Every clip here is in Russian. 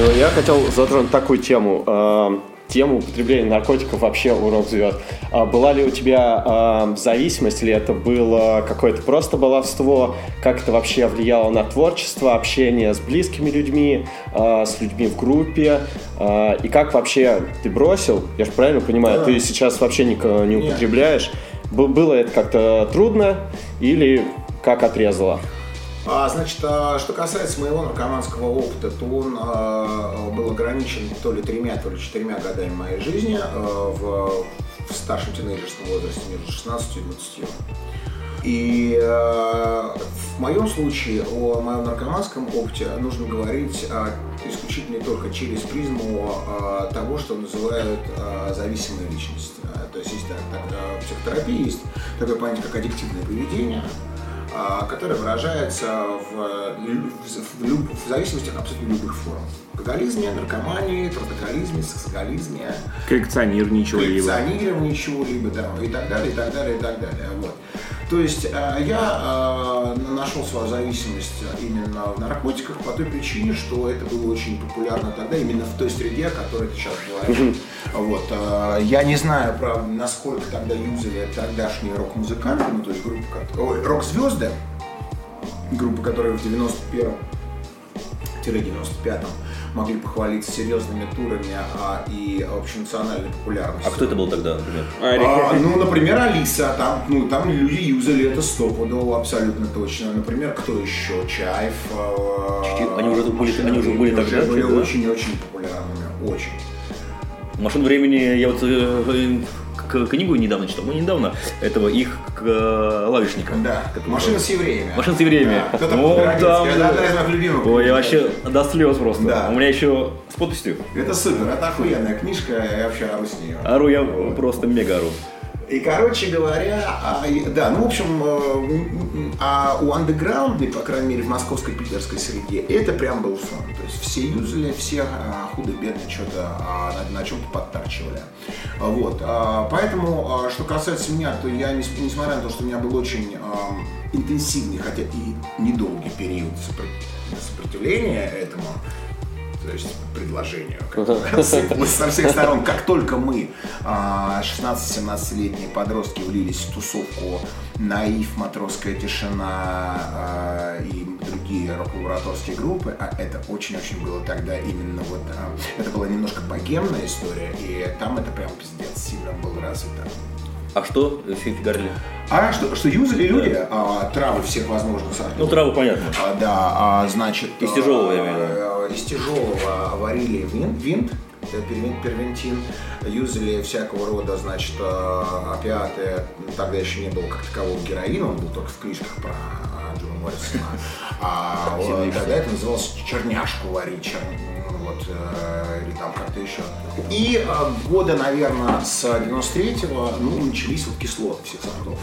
Я хотел затронуть такую тему. Тему употребления наркотиков вообще у рок-звезд. Была ли у тебя зависимость, или это было какое-то просто баловство? Как это вообще влияло на творчество, общение с близкими людьми, с людьми в группе? И как вообще ты бросил? Я же правильно понимаю, ты сейчас вообще не употребляешь. Было это как-то трудно или как отрезало? Значит, что касается моего наркоманского опыта, то он был ограничен то ли 3, то ли 4 годами моей жизни в старшем тинейджерском возрасте между 16 и 20. И в моем случае о моем наркоманском опыте нужно говорить исключительно только через призму того, что называют зависимой личностью. То есть в психотерапии есть такое понятие, как аддиктивное поведение, которое выражается в зависимости от абсолютно любых форм. Алкоголизме, наркомании, трудоголизме, сексоголизме, коллекционировании чего-либо, да, и так далее, и так далее, и так далее. Вот. То есть я нашел свою зависимость именно в наркотиках по той причине, что это было очень популярно тогда, именно в той среде, о которой ты сейчас говоришь. Вот. Я не знаю, правда, насколько тогда юзали тогдашние рок-музыканты, ну, то есть рок-звезды, группы, которые в 91-95 могли похвалиться серьезными турами и общенациональной популярностью. А кто это был тогда, например? Например, Алиса. Там люди юзали это стопудово, абсолютно точно. Например, кто еще? Чайф. Они уже были тогда? Были очень-очень популярными. Очень. «Машину времени» я вот книгу недавно читал, этого их клавишника. Да, «Машина с евреями». «Машина с евреями». Да. Это одна из моих любимых. Ой, я вообще до слез просто. Да. У меня еще с подписью. Это супер, это охуенная книжка, я вообще ору с нее. Ору я просто мега ору. И, короче говоря, в общем, у андеграундной, по крайней мере, в московской, питерской среде, это прям был сон. То есть все юзали, все худо-бедно что-то на чем-то подтарчивали. Вот. Поэтому, что касается меня, то я, несмотря на то, что у меня был очень интенсивный, хотя и недолгий период сопротивления этому, то есть предложению, со всех сторон. Как только мы, 16-17-летние подростки, влились в тусовку «Наив», «Матросская тишина» и другие рок-лабораторские группы, это очень-очень было тогда именно вот, это была немножко богемная история, и там это прям пиздец сильно было развито. А что фигарили? Что юзали люди? Травы всех возможных сортов. Ну, травы понятно. Значит... Из тяжелого, я имею в виду. Из тяжелого варили винт, первентин, юзали всякого рода, значит, опиаты. Тогда еще не было как такового героина, он был только в книжках про Джона Моррисона. Тогда это называлось черняшку варить, или там как-то еще. И года, наверное, с 93-го, начались вот кислоты всех сортов.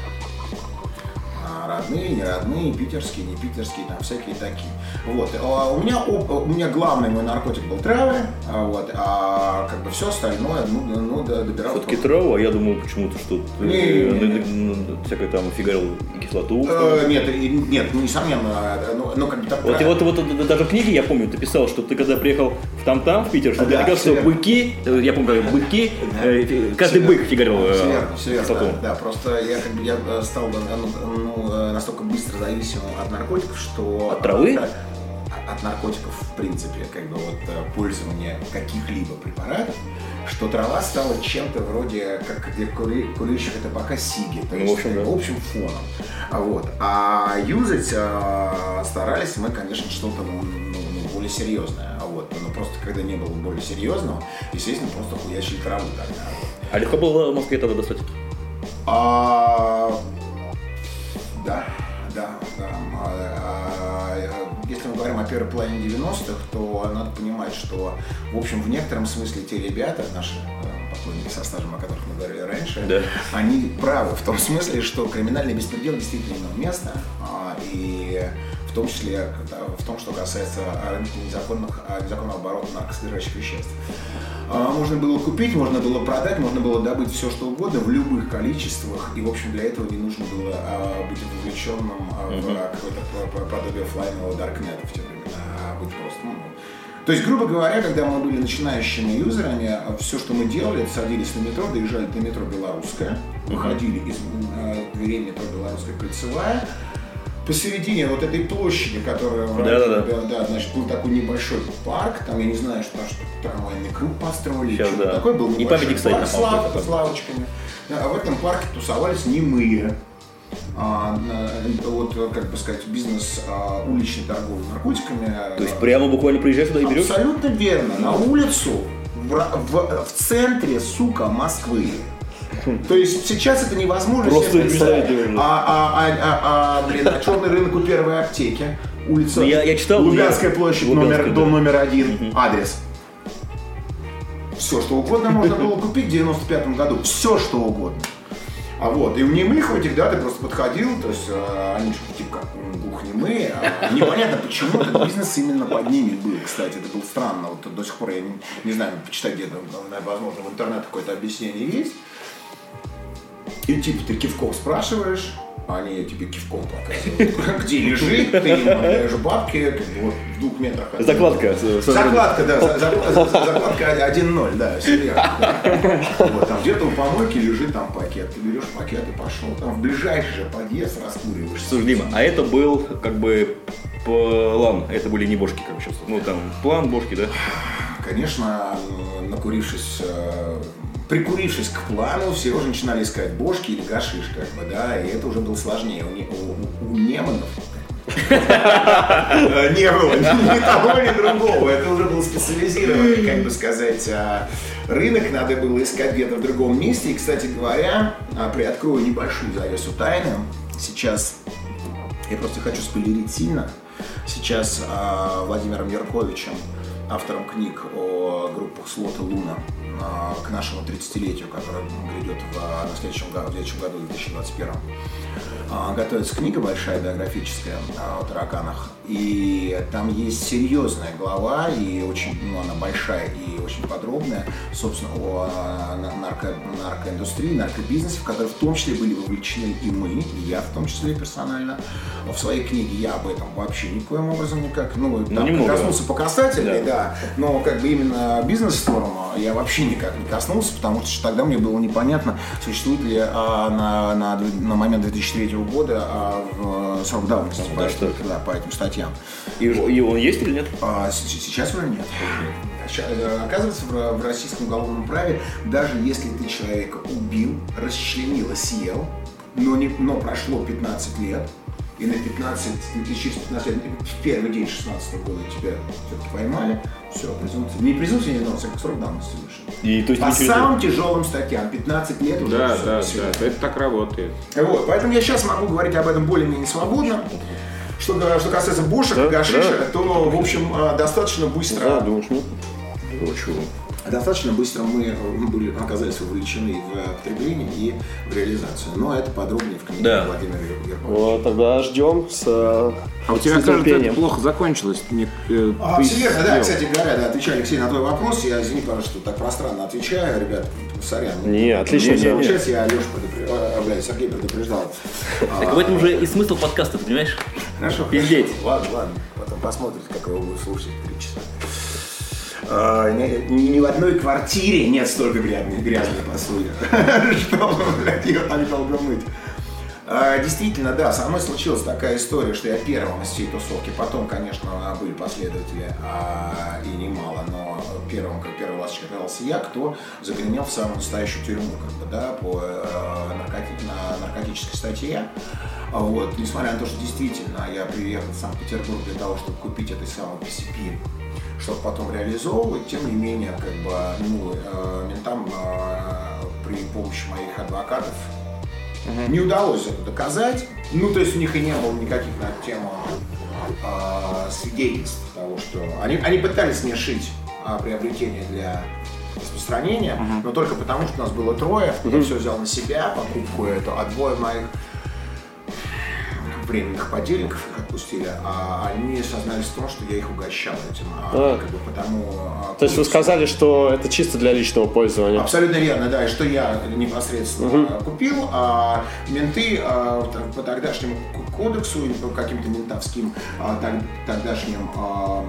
Родные, не родные, питерские, не питерские, там всякие такие. Вот. У меня главный мой наркотик был травы, как бы все остальное, добирал. Все-таки трава, а я думал почему-то, что всякое там фигарил кислоту. Нет, несомненно, как бы так. Вот даже в книге, я помню, ты писал, что ты когда приехал в Там-Там, в Питер, что ты сказал, что быки, я помню, быки, каждый бык фигарил кислоту. Да, просто я стал настолько быстро зависимым от наркотиков, что... От травы? От наркотиков, в принципе, пользования каких-либо препаратов, что трава стала чем-то вроде, как для курильщика табака сиги, то есть, в общем, фоном. А юзать старались мы, конечно, что-то более серьезное. Но просто когда не было более серьезного, естественно, просто хуячили траву тогда. А легко было в Москве тогда достать? Да. Если мы говорим о первой половине 90-х, то надо понимать, что, в общем, в некотором смысле те ребята, наши покойники со стажем, о которых мы говорили раньше, они правы в том смысле, что криминальный беспредел действительно имел место, и в том числе в том, что касается незаконного оборота наркосодержащих веществ. Можно было купить, можно было продать, можно было добыть все, что угодно в любых количествах, и, в общем, для этого не нужно было быть вовлеченным в какое-то подобие оффлайнового даркнета в те времена, а быть просто То есть, грубо говоря, когда мы были начинающими юзерами, все, что мы делали, это садились на метро, доезжали до метро Белорусская, выходили из дверей метро Белорусская Кольцевая. Посередине вот этой площади, которая значит, был такой небольшой парк, там, я не знаю, что трамвайный круг построили, сейчас, что такой был небольшой парк с лавочками. А в этом парке тусовались немые. Вот, как бы сказать, бизнес уличной торговли наркотиками. То есть прямо буквально приезжаешь туда и берешь? Абсолютно верно. На улицу, в центре, сука, Москвы. То есть сейчас это невозможно просто себе представить. Черный рынок у первой аптеки. Улица я читал, Лубянская площадь, дом номер 1, адрес. Все, что угодно можно было купить в 95 году. Все, что угодно. Вот. И у немых у этих, да, ты просто подходил, то есть они же типа как глухонемые, непонятно почему этот бизнес именно под ними был, кстати, это было странно, вот до сих пор я не знаю, почитать где-то, возможно, в интернете какое-то объяснение есть. И типа ты кивком спрашиваешь, они тебе кивком показывают, где лежит, ты им даешь бабки, как бы вот в 2 метрах. Закладка. Закладка, да, закладка 1.0, да, все верно. Вот, там где-то у помойки лежит там пакет, ты берешь пакет и пошел, там в ближайший же подъезд раскуриваешься. Слушай, Дима, а это был как бы план, это были не бошки, как сейчас, ну там план, бошки, да? Конечно, прикурившись к плану, все уже начинали искать бошки или гашиш, как бы, да, и это уже было сложнее. У неманов не было ни того, ни другого. Это уже был специализированный, как бы сказать, рынок. Надо было искать где-то в другом месте. И, кстати говоря, приоткрою небольшую завесу тайны. Сейчас я просто хочу спойлерить сильно. Сейчас Владимиром Ярковичем, автором книг о группах Слот и Луна, к нашему 30-летию, которое грядет в следующем году, 2021, готовится книга большая, биографическая, о тараканах. И там есть серьезная глава, и очень, она большая и очень подробная, собственно, о наркоиндустрии, наркобизнесе, в который в том числе были вовлечены и мы, и я в том числе персонально. В своей книге я об этом вообще никоим образом никак, коснулся по касательной, да, но как бы именно бизнес-сторону я вообще никак не коснулся, потому что тогда мне было непонятно, существует ли на момент 2003 года срок давности по этим статьям. И он есть или нет? Сейчас уже нет. Оказывается, в российском уголовном праве, даже если ты человека убил, расчленил и съел, но прошло 15 лет, и через 15 лет, в первый день 16 года тебя все-таки поймали, все, презумпция. Не презумпция невиновности, а срок давности вышел. По самым тяжелым статьям 15 лет уже. Да, это так работает. Вот, поэтому я сейчас могу говорить об этом более-менее свободно. Что касается бошек и гашиша, то, в общем, достаточно быстро... Да, думаешь, нет? Достаточно быстро мы оказались вовлечены в потребление и в реализацию. Но это подробнее в книге Владимира Ярковича. Вот, тогда ждем у тебя, кажется, это плохо закончилось. Все верно, да, кстати говоря, да, отвечая, Алексей, на твой вопрос. Я, извини, пожалуйста, что так пространно отвечаю, ребят, сорян. Не, отлично. Сейчас я Сергей предупреждал. Так в этом же и смысл подкаста, ты понимаешь? Хорошо. Пиздеть. Ладно, потом посмотрите, как его будут слушать 3 часа. Ни в одной квартире нет столько грязной посуды, что, блядь, ее так долго мыть. Действительно, да, со мной случилась такая история, что я первым из всей тусовки, потом, конечно, были последователи, и немало, но первым, как первый ласточка оказался я, кто загремел в самую настоящую тюрьму, как бы, да, по наркотической статье. Вот, несмотря на то, что действительно я приехал в Санкт-Петербург для того, чтобы купить этой самой PCP, чтобы потом реализовывать, тем не менее, как бы, ментам при помощи моих адвокатов не удалось это доказать. То есть у них и не было никаких на эту тему свидетельств того, что они пытались мне шить приобретение для распространения, но только потому, что нас было 3, я все взял на себя, покупку эту, а 2 моих временных подельников их отпустили, а они сознались в том, что я их угощал этим. Как бы потому, то есть вы сказали, что это чисто для личного пользования? Абсолютно верно, да, и что я непосредственно купил, а менты по тогдашнему кодексу или по каким-то ментовским тогдашним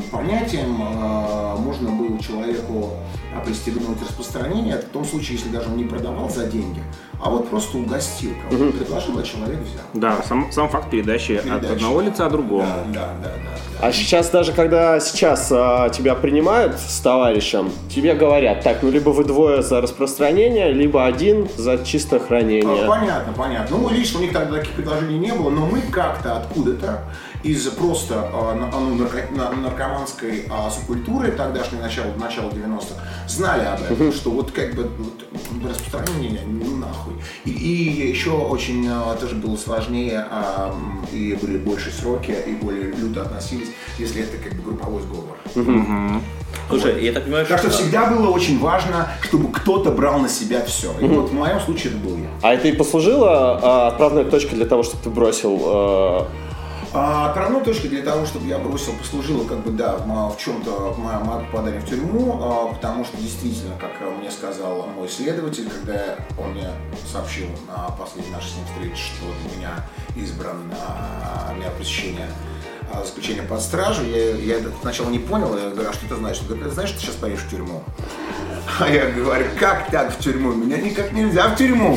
понятием можно было человеку пристегнуть распространение, в том случае, если даже он не продавал за деньги, а вот просто угостил кого-то, предложил, а человек взял. Да, сам факт передачи от одного лица к другому. Да. А сейчас, даже когда тебя принимают с товарищем, тебе говорят, так, ну либо вы двое за распространение, либо один за чисто хранение. Понятно. Ну, лично у них тогда таких предложений не было, но мы как-то откуда-то из просто наркоманской субкультуры тогдашней, начала 90-х, знали об этом, что вот как бы распространение, ну нахуй. И еще очень тоже было сложнее, и были больше сроки, и более люто относились, если это как бы групповой сговор. Слушай, я так понимаю, так что всегда было очень важно, чтобы кто-то брал на себя все. И вот в моем случае это был я. А это и послужило отправной точкой для того, чтобы ты бросил... Отправной точкой для того, чтобы я бросил, послужило как бы, да, в чем-то мое попадание в тюрьму, потому что действительно, как мне сказал мой следователь, когда он мне сообщил на последней нашей с ним встрече, что для меня избран мера пресечения заключения под стражу, я сначала не понял, я говорю, а что это значит? Он говорит, ты знаешь, что ты сейчас поедешь в тюрьму? А я говорю, как так в тюрьму? Меня никак нельзя в тюрьму.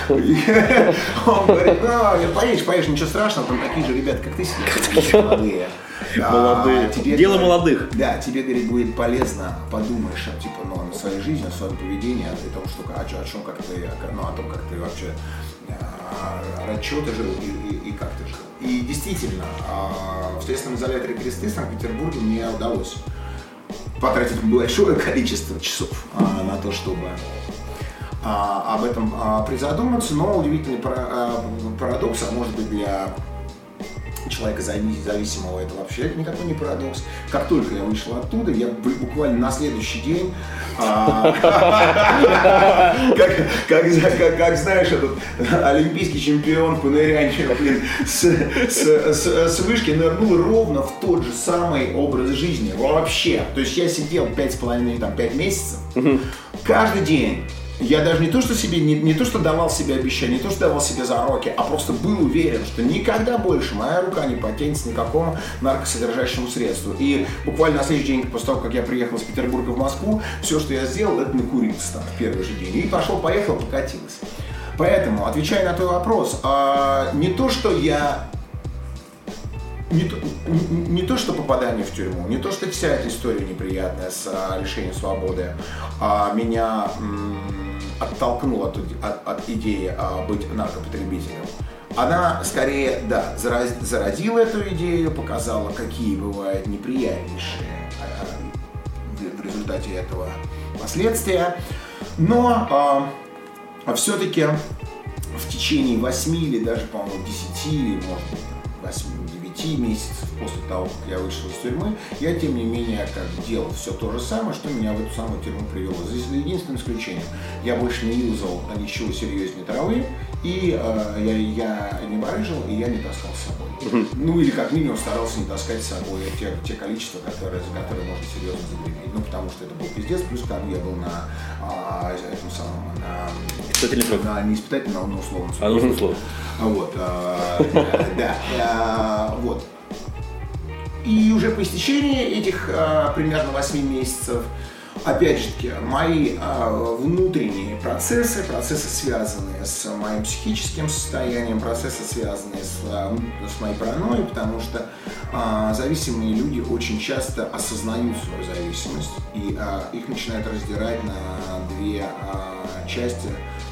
Он говорит, поедешь, ничего страшного, там такие же ребята, как ты сидят, молодые. Молодые. Дело молодых. Да, тебе, говорит, будет полезно, подумаешь о своей жизни, о своем поведении, о том, что, о чем, как ты, о том, как ты вообще ради чего ты жил и как ты жил. И действительно, в следственном изоляторе Кресты в Санкт-Петербурге мне удалось потратить большое количество часов на то, чтобы об этом призадуматься, но удивительный парадокс, а может быть для человека зависимого это вообще никакой не парадокс. Как только я вышел оттуда, я буквально на следующий день, как знаешь, этот олимпийский чемпион по нырянию, с вышки нырнул ровно в тот же самый образ жизни. Вообще. То есть я сидел 5 месяцев, каждый день. Я даже не то, что давал себе обещания, не то, что давал себе зароки, а просто был уверен, что никогда больше моя рука не потянется ни к какому наркосодержащему средству. И буквально на следующий день, после того, как я приехал из Петербурга в Москву, все, что я сделал, это накуриться там в первый же день. И поехал, покатилось. Поэтому, отвечая на твой вопрос, не то, что попадание в тюрьму, не то, что вся эта история неприятная с лишением свободы меня оттолкнула от идеи быть наркопотребителем. Она скорее, да, зародила эту идею, показала, какие бывают неприятнейшие в результате этого последствия. Но все-таки в течение 8 или даже, по-моему, 10, может быть, 8-9 месяцев после того, как я вышел из тюрьмы, я, тем не менее, делал все то же самое, что меня в эту самую тюрьму привело. За единственным исключением. Я больше не юзал ничего серьезнее травы, и я не барыжил, и я не таскал с собой. Ну, или как минимум старался не таскать с собой те количества, за которые можно серьезно загреметь. Ну, потому что это был пиздец, плюс к тому я был на этом самом, не испытательном, но условном. А, нужно слово. Вот, вот. И уже по истечении этих примерно 8 месяцев, опять же таки, мои внутренние процессы, связанные с моим психическим состоянием, процессы, связанные с моей паранойей, потому что зависимые люди очень часто осознают свою зависимость, и их начинают раздирать на две части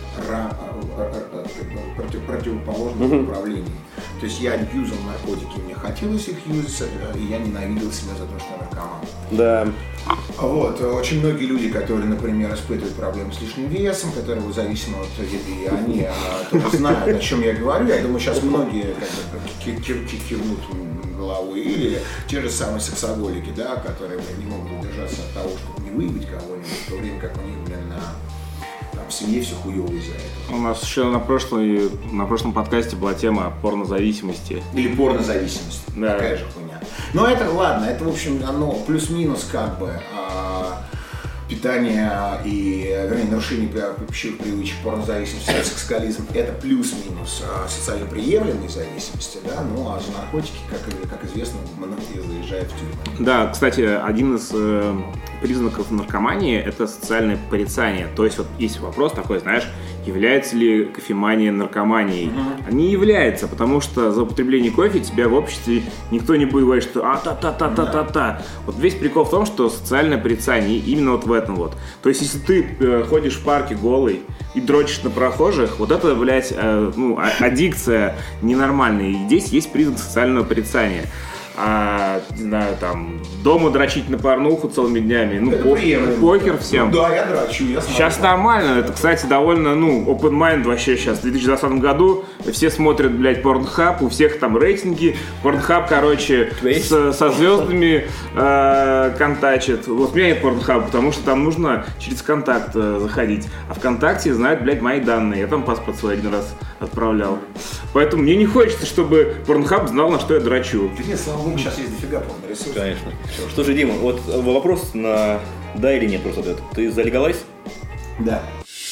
противоположных направлений. То есть я юзал наркотики, мне хотелось их юзать, и я ненавидел себя за то, что я наркоман. Да. Вот. Очень многие люди, которые, например, испытывают проблемы с лишним весом, которые зависимы от еды, они тоже знают, о чем я говорю. Я думаю, сейчас многие кивнут головой. Или те же самые сексоголики, да, которые не могут удержаться от того, чтобы не выебать кого-нибудь, в то время как у них, в семье все хуёво из-за этого. У нас еще на прошлом подкасте была тема порнозависимости. Или порнозависимость. Да. Такая же хуйня. Но это ладно, это, в общем, оно плюс-минус как бы питание и, нарушение пищевых привычек, порнозависимость, сексуализм – это плюс-минус социально приемлемые зависимости, да, ну а за наркотики, как известно, многие заезжают в тюрьму. Да, кстати, один из признаков наркомании – это социальное порицание. То есть вот есть вопрос такой, знаешь, является ли кофемания наркоманией? Не является, потому что за употребление кофе тебя в обществе никто не будет говорить, что та-та-та-та-та-та. Вот весь прикол в том, что социальное порицание именно вот в этом вот. То есть если ты ходишь в парке голый и дрочишь на прохожих, вот это, блядь, аддикция ненормальная. И здесь есть признак социального порицания. Не знаю, там, дома дрочить на порнуху целыми днями, покер всем. Ну, да, я дрочу, я смотрю. Сейчас нормально, это, кстати, довольно, open mind вообще сейчас. В 2020 году все смотрят, блядь, Pornhub, у всех там рейтинги. Pornhub, короче, со звездами контачит. Вот у меня нет Pornhub, потому что там нужно через контакт заходить. А ВКонтакте знают, блядь, мои данные. Я там паспорт свой один раз отправлял. Поэтому мне не хочется, чтобы Pornhub знал, на что я дрочу. Нет, слава богу, сейчас есть дофига порно-ресурсов. Конечно. Что же, Дима, вот вопрос на да или нет просто ответ. Ты за легалайз? Да.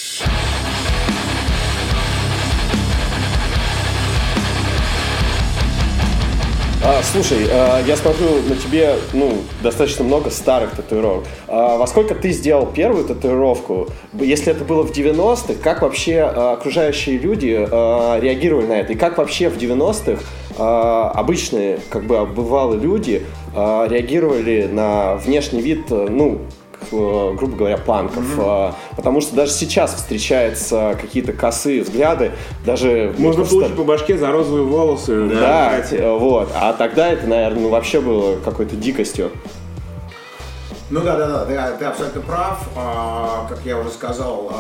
Слушай, я смотрю на тебе, достаточно много старых татуировок. Во сколько ты сделал первую татуировку? Если это было в 90-х, как вообще окружающие люди реагировали на это? И как вообще в 90-х обычные, бывалые люди реагировали на внешний вид, грубо говоря, панков. Потому что даже сейчас встречаются какие-то косые взгляды. Даже можно получить по башке за розовые волосы. Да, вот. А тогда это, наверное, вообще было какой-то дикостью. Ну да, ты абсолютно прав. Как я уже сказал,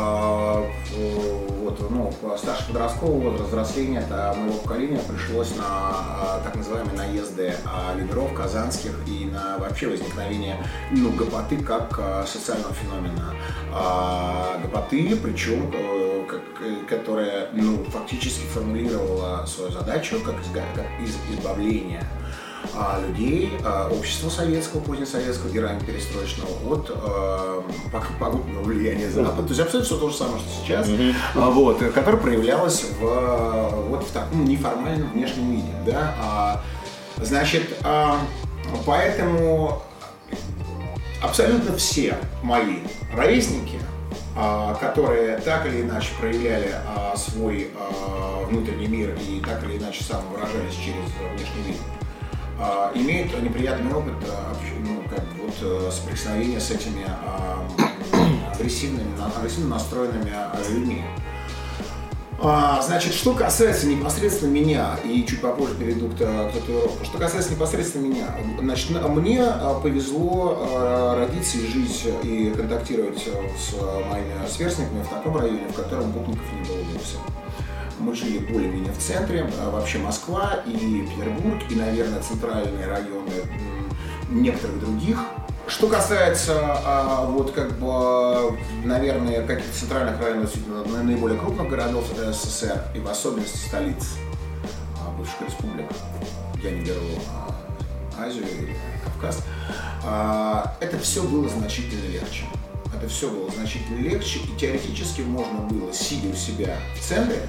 старший подростковый возраст, взросление моего поколения пришлось на так называемые наезды лидеров казанских и на вообще возникновение гопоты как социального феномена. Гопоты, причем, которая фактически формулировала свою задачу как избавление людей, общества советского, позднесоветского, героинно-перестроечного от пагубного влияния Запада. То есть абсолютно все то же самое, что сейчас, которое проявлялось в таком неформальном внешнем виде. Да? Поэтому абсолютно все мои ровесники, которые так или иначе проявляли свой внутренний мир и так или иначе самовыражались через внешний вид, имеют неприятный опыт соприкосновения с этими агрессивно настроенными людьми. Что касается непосредственно меня, и чуть попозже перейду к татуировке, что касается непосредственно меня, мне повезло родиться и жить и контактировать с моими сверстниками в таком районе, в котором гопников не было вовсе. Мы жили более-менее в центре, вообще Москва и Петербург, и, наверное, центральные районы некоторых других. Что касается, наверное, каких-то центральных районов, действительно, наиболее крупных городов СССР, и в особенности столиц бывших республик, я не беру Азию или Кавказ, это все было значительно легче. И теоретически можно было, сидя у себя в центре,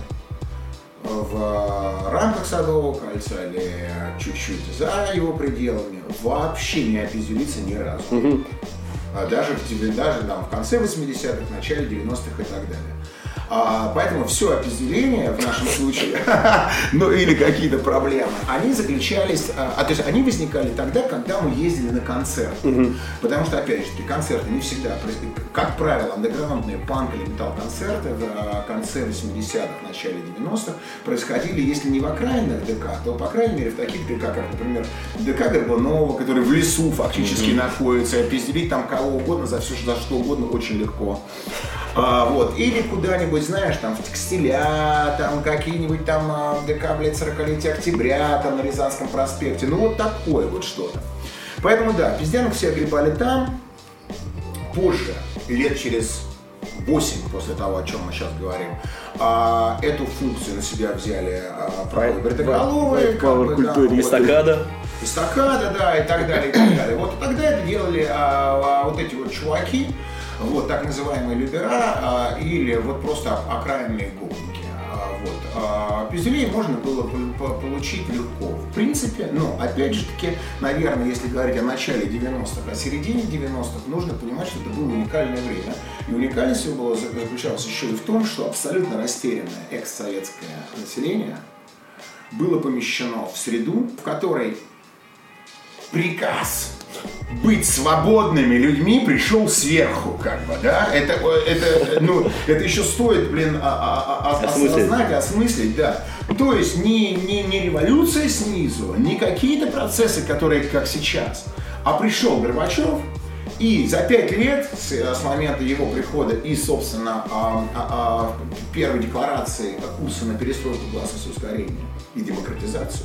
в рамках Садового кольца или чуть-чуть за его пределами, вообще не опиздюлиться ни разу. Даже в конце 80-х, начале 90-х и так далее. Поэтому все опиздюление в нашем случае, или какие-то проблемы, они заключались, то есть они возникали тогда, когда мы ездили на концерт. Потому что, опять же, концерты не всегда, как правило, андеграундные панк или металл-концерты в конце 80-х, начале 90-х происходили, если не в окраинных ДК, то, по крайней мере, в таких ДК, как, например, ДК Горбунова, который в лесу фактически находится, и опизделить там кого угодно, за что угодно очень легко. Или куда-нибудь, знаешь, там в текстиля, там какие-нибудь там ДК, 40-летия октября, там на Рязанском проспекте, такое что-то. Поэтому да, пиздянок все огребали там. Позже, лет через 8 после того, о чем мы сейчас говорим, эту функцию на себя взяли правые бритоголовые, эстакада, да, и так далее, и так далее. Вот тогда это делали вот эти вот чуваки, вот, так называемые любера или вот просто окраинные гопники. Пизделей можно было получить легко. В принципе, но опять же таки, наверное, если говорить о начале 90-х, о середине 90-х, нужно понимать, что это было уникальное время. И уникальность его заключалась еще и в том, что абсолютно растерянное экс-советское население было помещено в среду, в которой приказ быть свободными людьми пришел сверху, как бы, да? Это еще стоит, осознать, осмыслить, да. То есть не революция снизу, не какие-то процессы, которые как сейчас, а пришел Горбачев, и за 5 лет с момента его прихода и, собственно, первой декларации курса на перестройку, гласность, ускорение и демократизацию,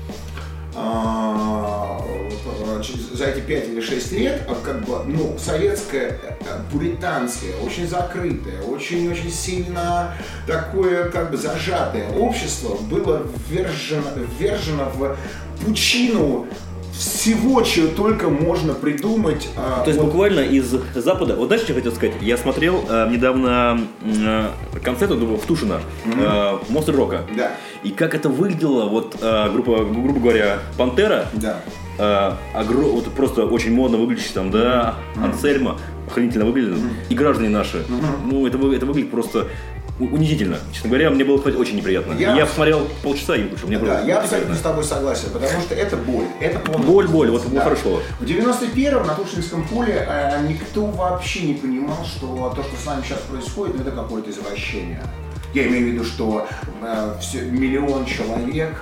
за эти 5 или 6 лет, советское, пуританское, очень закрытое, очень сильно такое, зажатое общество было ввержено в пучину всего, чего только можно придумать. То есть буквально из Запада. Вот знаешь, что я хотел сказать? Я смотрел недавно концерт в Тушино, Монстр Рока. Да. И как это выглядело, грубо говоря, Пантера, да. Вот просто очень модно выглядящий там, да, Ансельма, охренительно выглядит, и граждане наши. Это выглядит просто унизительно. Честно говоря, мне было очень неприятно. Я посмотрел полчаса и выключил. Я абсолютно с тобой согласен, потому что это боль. Это боль, вот да. Хорошо. В 91-м на Тушинском поле никто вообще не понимал, что то, что с нами сейчас происходит, это какое-то извращение. Я имею в виду, что миллион человек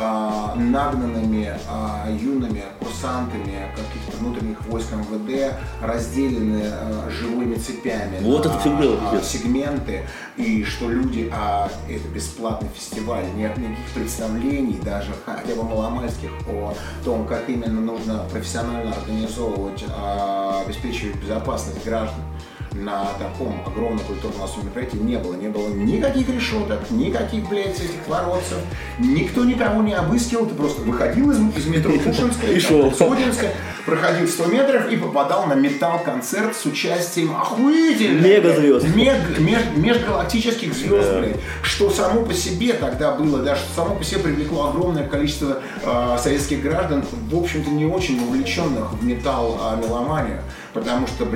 нагнанными юными курсантами каких-то внутренних войск МВД разделены живыми цепями на сегменты, и что люди, это бесплатный фестиваль, нет никаких представлений, даже хотя бы маломальских, о том, как именно нужно профессионально организовывать, обеспечивать безопасность граждан. На таком огромном культурно-массовом мероприятии не было никаких решеток, никаких, этих воротцев, никто никого не обыскивал, ты просто выходил из метро Тушинская, Сходинская, проходил 100 метров и попадал на металл-концерт с участием охуительных мегазвезд, межгалактических звезд, что само по себе тогда было, да, что само по себе привлекло огромное количество советских граждан, в общем-то не очень вовлеченных в металл-меломанию, потому что,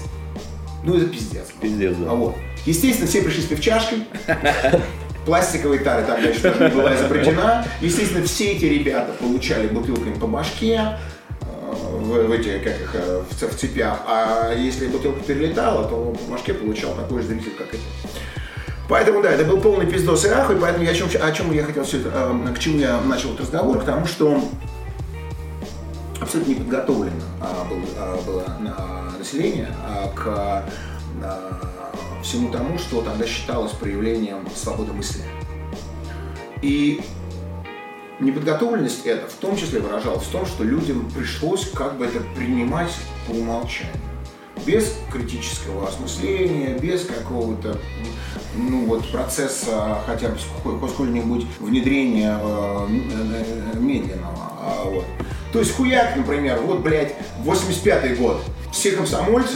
это пиздец. Пиздец, да. Естественно, все пришли с пивчашкой. Пластиковой тары тогда еще даже не была изобретена. Естественно, все эти ребята получали бутылками по башке в цепях. А если бутылка перелетала, то по башке получал такой же зритель, как это. Поэтому, да, это был полный пиздос и ахуй. Поэтому о чем я хотел все это, к чему я начал этот разговор, к тому, что абсолютно не подготовлено было население к всему тому, что тогда считалось проявлением свободы мысли. И неподготовленность эта в том числе выражалась в том, что людям пришлось это принимать по умолчанию. Без критического осмысления, без какого-то процесса хотя бы сколь-нибудь внедрения медленного. То есть хуяк, например, 85-й год, все комсомольцы,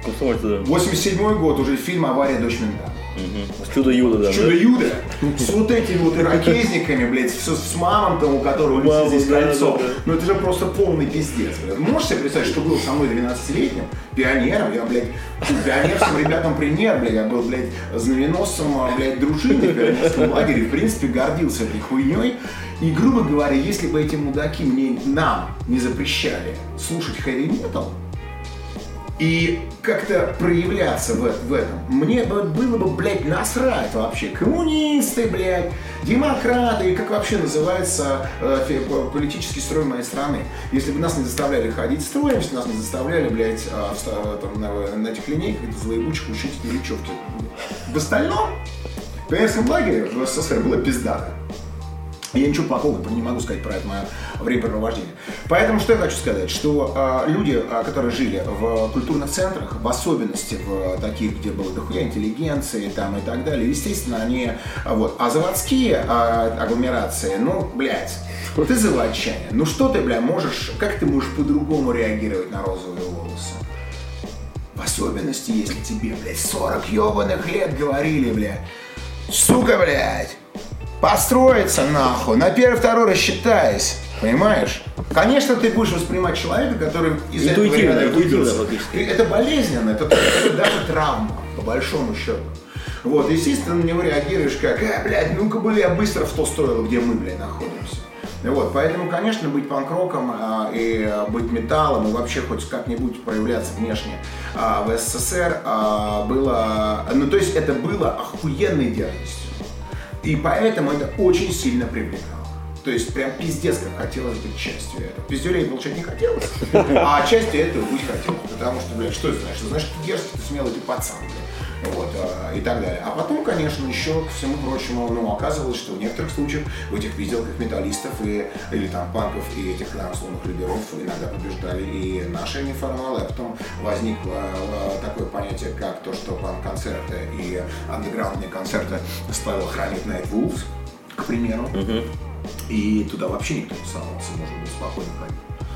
87-й год уже фильм «Авария. Дочь мента». С Чудо-Юдо, да. С Чудо-Юдо. С вот этими ирокезниками, с мамонтом, у которого висит здесь кольцо. Это же просто полный пиздец. Можешь себе представить, что было со мной 12-летним пионером? Я, пионерским ребятам пример, я был, знаменосцем, дружины в пионерском лагере. В принципе, гордился этой хуйней. И, грубо говоря, если бы эти мудаки нам не запрещали слушать хэви-метал и как-то проявляться в этом, мне было бы, насрать вообще. Коммунисты, демократы, и как вообще называется политический строй моей страны. Если бы нас не заставляли ходить строем, если нас не заставляли, на этих линейках злоебучих учить речевки. В остальном, в пионерском лагере в СССР было пиздато. Я ничего плохого не могу сказать про это мое времяпрепровождение. Поэтому что я хочу сказать, что люди, которые жили в культурных центрах, в особенности в таких, где было дохуя интеллигенции и так далее, естественно, они... А заводские агломерации, ты заводчанин. Что ты, можешь... Как ты можешь по-другому реагировать на розовые волосы? В особенности, если тебе, блядь, 40 ебаных лет говорили, блядь, сука, блядь, построиться нахуй, на первый-второй рассчитайся, понимаешь? Конечно, ты будешь воспринимать человека, который из этого ряда выбился. Это болезненно, это даже травма, по большому счету. Вот, естественно, на него реагируешь как, блядь, ну-ка, бля, быстро в то стоило, где мы, блядь, находимся. Вот, поэтому, конечно, быть панк-роком и быть металлом, и вообще хоть как-нибудь проявляться внешне в СССР было, ну, то есть это было охуенной дерзостью. И поэтому это очень сильно привлекало. То есть прям пиздец, как хотелось быть частью этого. Пиздюлей получать не хотелось, а частью этого быть хотелось. Потому что, блядь, что это значит? Значит, ты дерзкий, ты смелый, ты пацан, блядь. Вот, и так далее. А потом, конечно, еще, ко всему прочему, ну, оказывалось, что в некоторых случаях в этих виделках металлистов или там панков и этих условных лидеров иногда побеждали и наши неформалы, а потом возникло такое понятие, как то, что панк-концерты и андеграундные концерты стало хранить Night Wolves, к примеру. И туда вообще никто не совался, можно было спокойно ходить.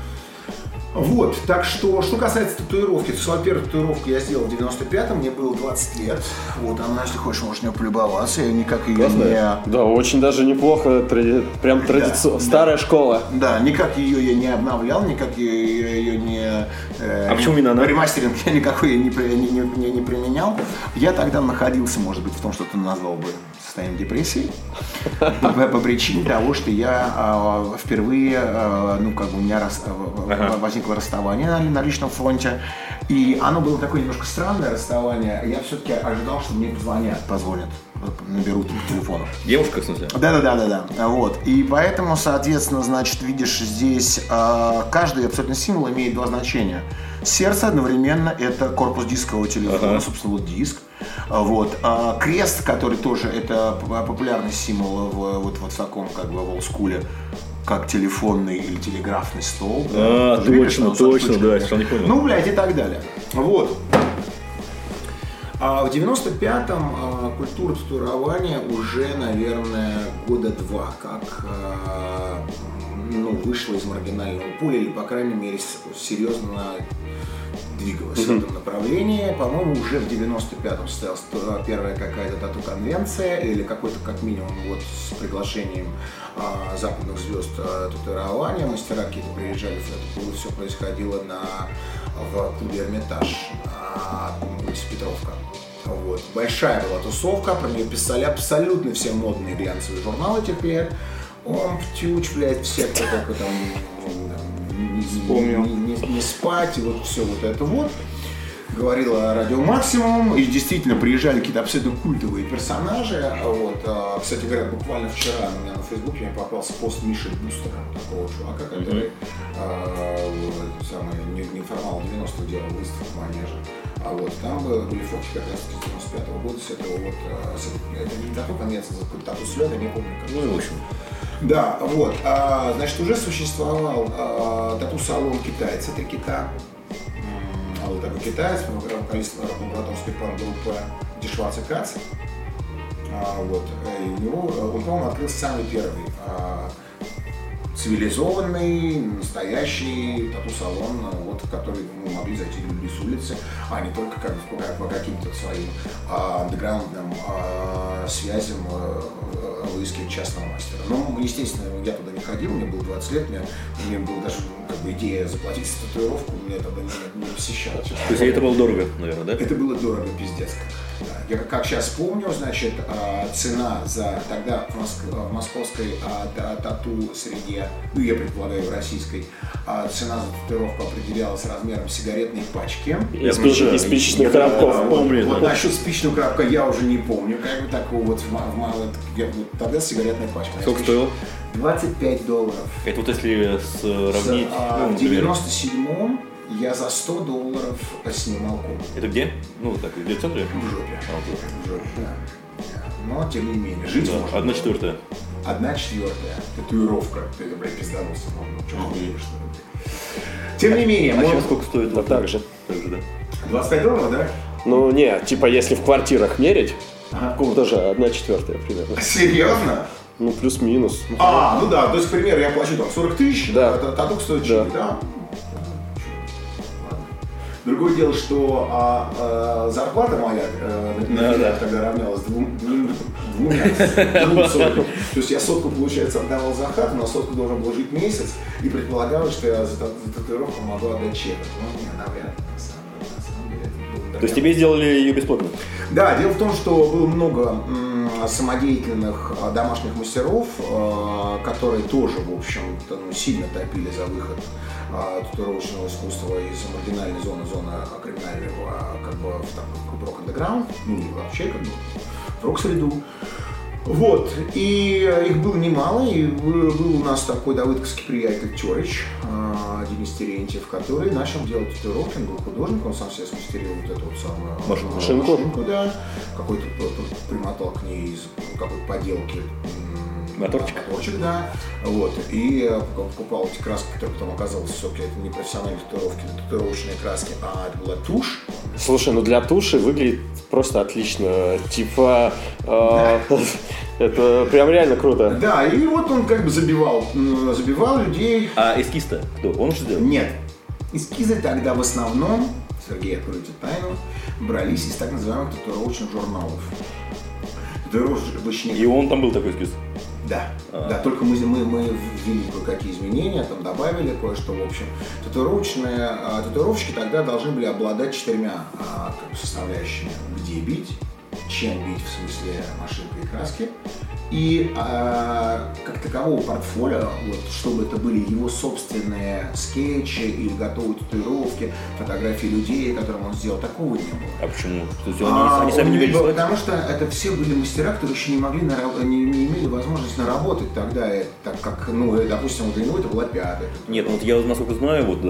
Вот, так что касается татуировки, то, во-первых, татуировку я сделал в 95-м, мне было 20 лет. Вот она, если хочешь, можешь не полюбоваться, я никак ее не... Да, очень даже неплохо, прям традиционно, старая школа. Да, никак ее я не обновлял, никак ее не... почему именно она? Ремастеринг я никакой не применял. Я тогда находился, может быть, в том, что ты назвал бы состоянием депрессии. По причине того, что я впервые, ну, как бы у меня возникло расставание на личном фронте. И оно было такое немножко странное расставание. Я все-таки ожидал, что мне позвонят, наберут по телефону. Девушка, в смысле? Да. Вот. И поэтому, соответственно, значит, видишь, здесь каждый абсолютно символ имеет два значения. Сердце одновременно это корпус дискового телефона, собственно, вот диск. Вот. Крест, который тоже это популярный символ вот в таком как бы в олдскуле, как телефонный или телеграфный стол. Точно, да, я не понял. Ну, блядь, и так далее. Вот. В 95-м культура татуирования уже, наверное, года два как вышла из маргинального поля, или, по крайней мере, серьезно двигалась в этом направлении. По-моему, уже в 95-м состоялась первая какая-то тату-конвенция, или какой-то, как минимум, вот с приглашением западных звезд татуирования. Мастера какие-то приезжали, это все происходило в клубе «Эрмитаж», улица Петровка. Вот. Большая была тусовка, про нее писали абсолютно все модные глянцевые журналы теперь. Птюч, блядь, все, кто только там не спать, и вот все вот это вот. Говорила Радио Максимум, и действительно приезжали какие-то абсолютно культовые персонажи. Вот. Кстати говоря, буквально вчера у меня на Фейсбуке мне попался пост Миши Бустера, такого чувака, который неформал 90-х делал выставку в Манеже. А вот там были фотки как раз с 95-го года, с этого вот, это не такой конвенция, такой слет, я не помню как. Ну и в общем. Да, вот, значит, уже существовал тату-салон «Китайцы», это кита. Вот такой китаец, вокалист лабораторской панк-группы Дишвац и Кац. Вот, и у него, он, по-моему, открыл самый первый цивилизованный, настоящий тату-салон, вот, в который могли зайти люди с улицы, а не только как по каким-то своим андеграундным связям выискивать частного мастера. Ну, естественно, я туда не ходил, мне было 20 лет, мне была даже как бы идея заплатить за татуировку, меня тогда не посещала. То есть это было дорого, наверное, да? Это было дорого, пиздец. Да. Я как сейчас помню, значит, цена за тогда в московской тату-среде, ну, я предполагаю, в российской, цена за татуировку определялась размером сигаретной пачки. И спичечных коробков. Помню. Вот насчет спичечного коробка я уже не помню, как бы такого вот тогда сигаретная пачка. Сколько стоило? $25. Это вот если сравнить... В 97-м я за $100 снимал комнату. Это где? Ну, так, где в центре? В жопе. В жопе, да. Но, тем не менее, жить можно. 1/4. 1/4. Татуировка. Ты, блядь, пизданулся. Ну, что хуешь, что ли? Тем не менее... А сейчас сколько стоит? Да, так же. Так же, да. $25, да? Ну, не, типа, если в квартирах мерить, тоже 1/4 примерно. Серьезно? Ну, плюс-минус. Ну да, то есть, к примеру, я плачу там 40 тысяч, да. Татук стоит 4, да? Другое дело, что зарплата моя, например, тогда равнялась двумя соткам. То есть я сотку, получается, отдавал за хату, на сотку должен был жить месяц, и предполагалось, что я за татуировку могу отдать чек. Ну, не, навряд ли, на самом деле. То есть тебе сделали ее бесплатно? Да, дело в том, что было много самодеятельных домашних мастеров, которые тоже, в общем-то, сильно топили за выход татуировочного искусства из маргинальной зоны криминального, как бы в рок-андеграунд, ну и вообще как бы в рок-среду. Вот, и их было немало, и был у нас такой давыдковский приятель Терыч, Денис Терентьев, который начал делать татуировки, он был художник, он сам себе смастерил вот эту вот самую машинку, да, какой-то примотал к ней из какой-то поделки. Моторчик, да. Вот. И покупал эти краски, которые потом оказалось все-таки это не профессиональные татуировки, татуировочные краски, а это была тушь. Слушай, ну для туши выглядит просто отлично. Типа, это прям реально круто. Да, и вот он как бы забивал людей. А эскиз-то кто? Он что сделал? Нет. Эскизы тогда в основном, Сергей, откройте тайну, брались из так называемых татуировочных журналов. И он там был такой эскиз? Да, да, только мы ввели кое-какие изменения, там добавили кое-что, в общем. Татуировщики тогда должны были обладать 4 составляющими. Где бить, чем бить, в смысле машинкой и краски. И как такового портфолио, вот, чтобы это были его собственные скетчи или готовые татуировки, фотографии людей, которым он сделал, такого не было. А почему? То есть они сами не верили? Потому что это все были мастера, которые еще не имели возможность наработать тогда, так как, допустим, вот для него это была 5-я. Нет, вот я, насколько знаю, вот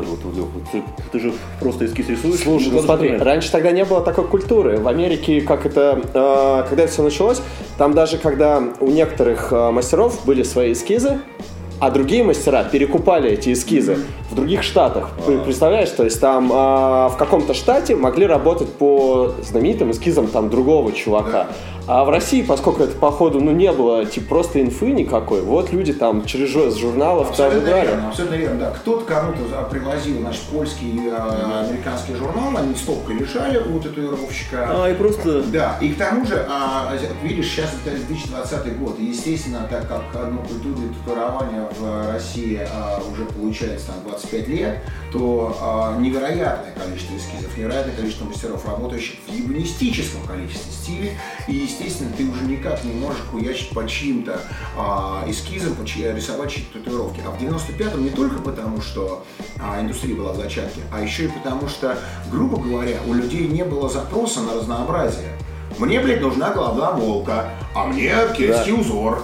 ты же просто эскиз рисуешь. Слушай, ну смотри, раньше тогда не было такой культуры. В Америке, когда это все началось, там даже когда у некоторых мастеров были свои эскизы, а другие мастера перекупали эти эскизы в других штатах. Представляешь, то есть там в каком-то штате могли работать по знаменитым эскизам там другого чувака. А в России, поскольку это, походу, не было типа просто инфы никакой, вот люди там через журналов там играли. Абсолютно верно, да. Кто-то кому-то привозил, польский и американский журнал, они стопкой лежали у татуировщика. И просто... Да, и к тому же, видишь, сейчас это 2020 год, и, естественно, так как культуре татуирования в России уже получается 25 лет, то невероятное количество эскизов, невероятное количество мастеров, работающих в ебанистическом количестве стилей, и, естественно, ты уже никак не можешь хуячить по чьим-то эскизам, рисовать чьи-то татуировки. А в 95-м не только потому, что индустрия была в зачатке, а еще и потому, что, грубо говоря, у людей не было запроса на разнообразие. Мне, блядь, нужна голова волка, а мне кельтский узор.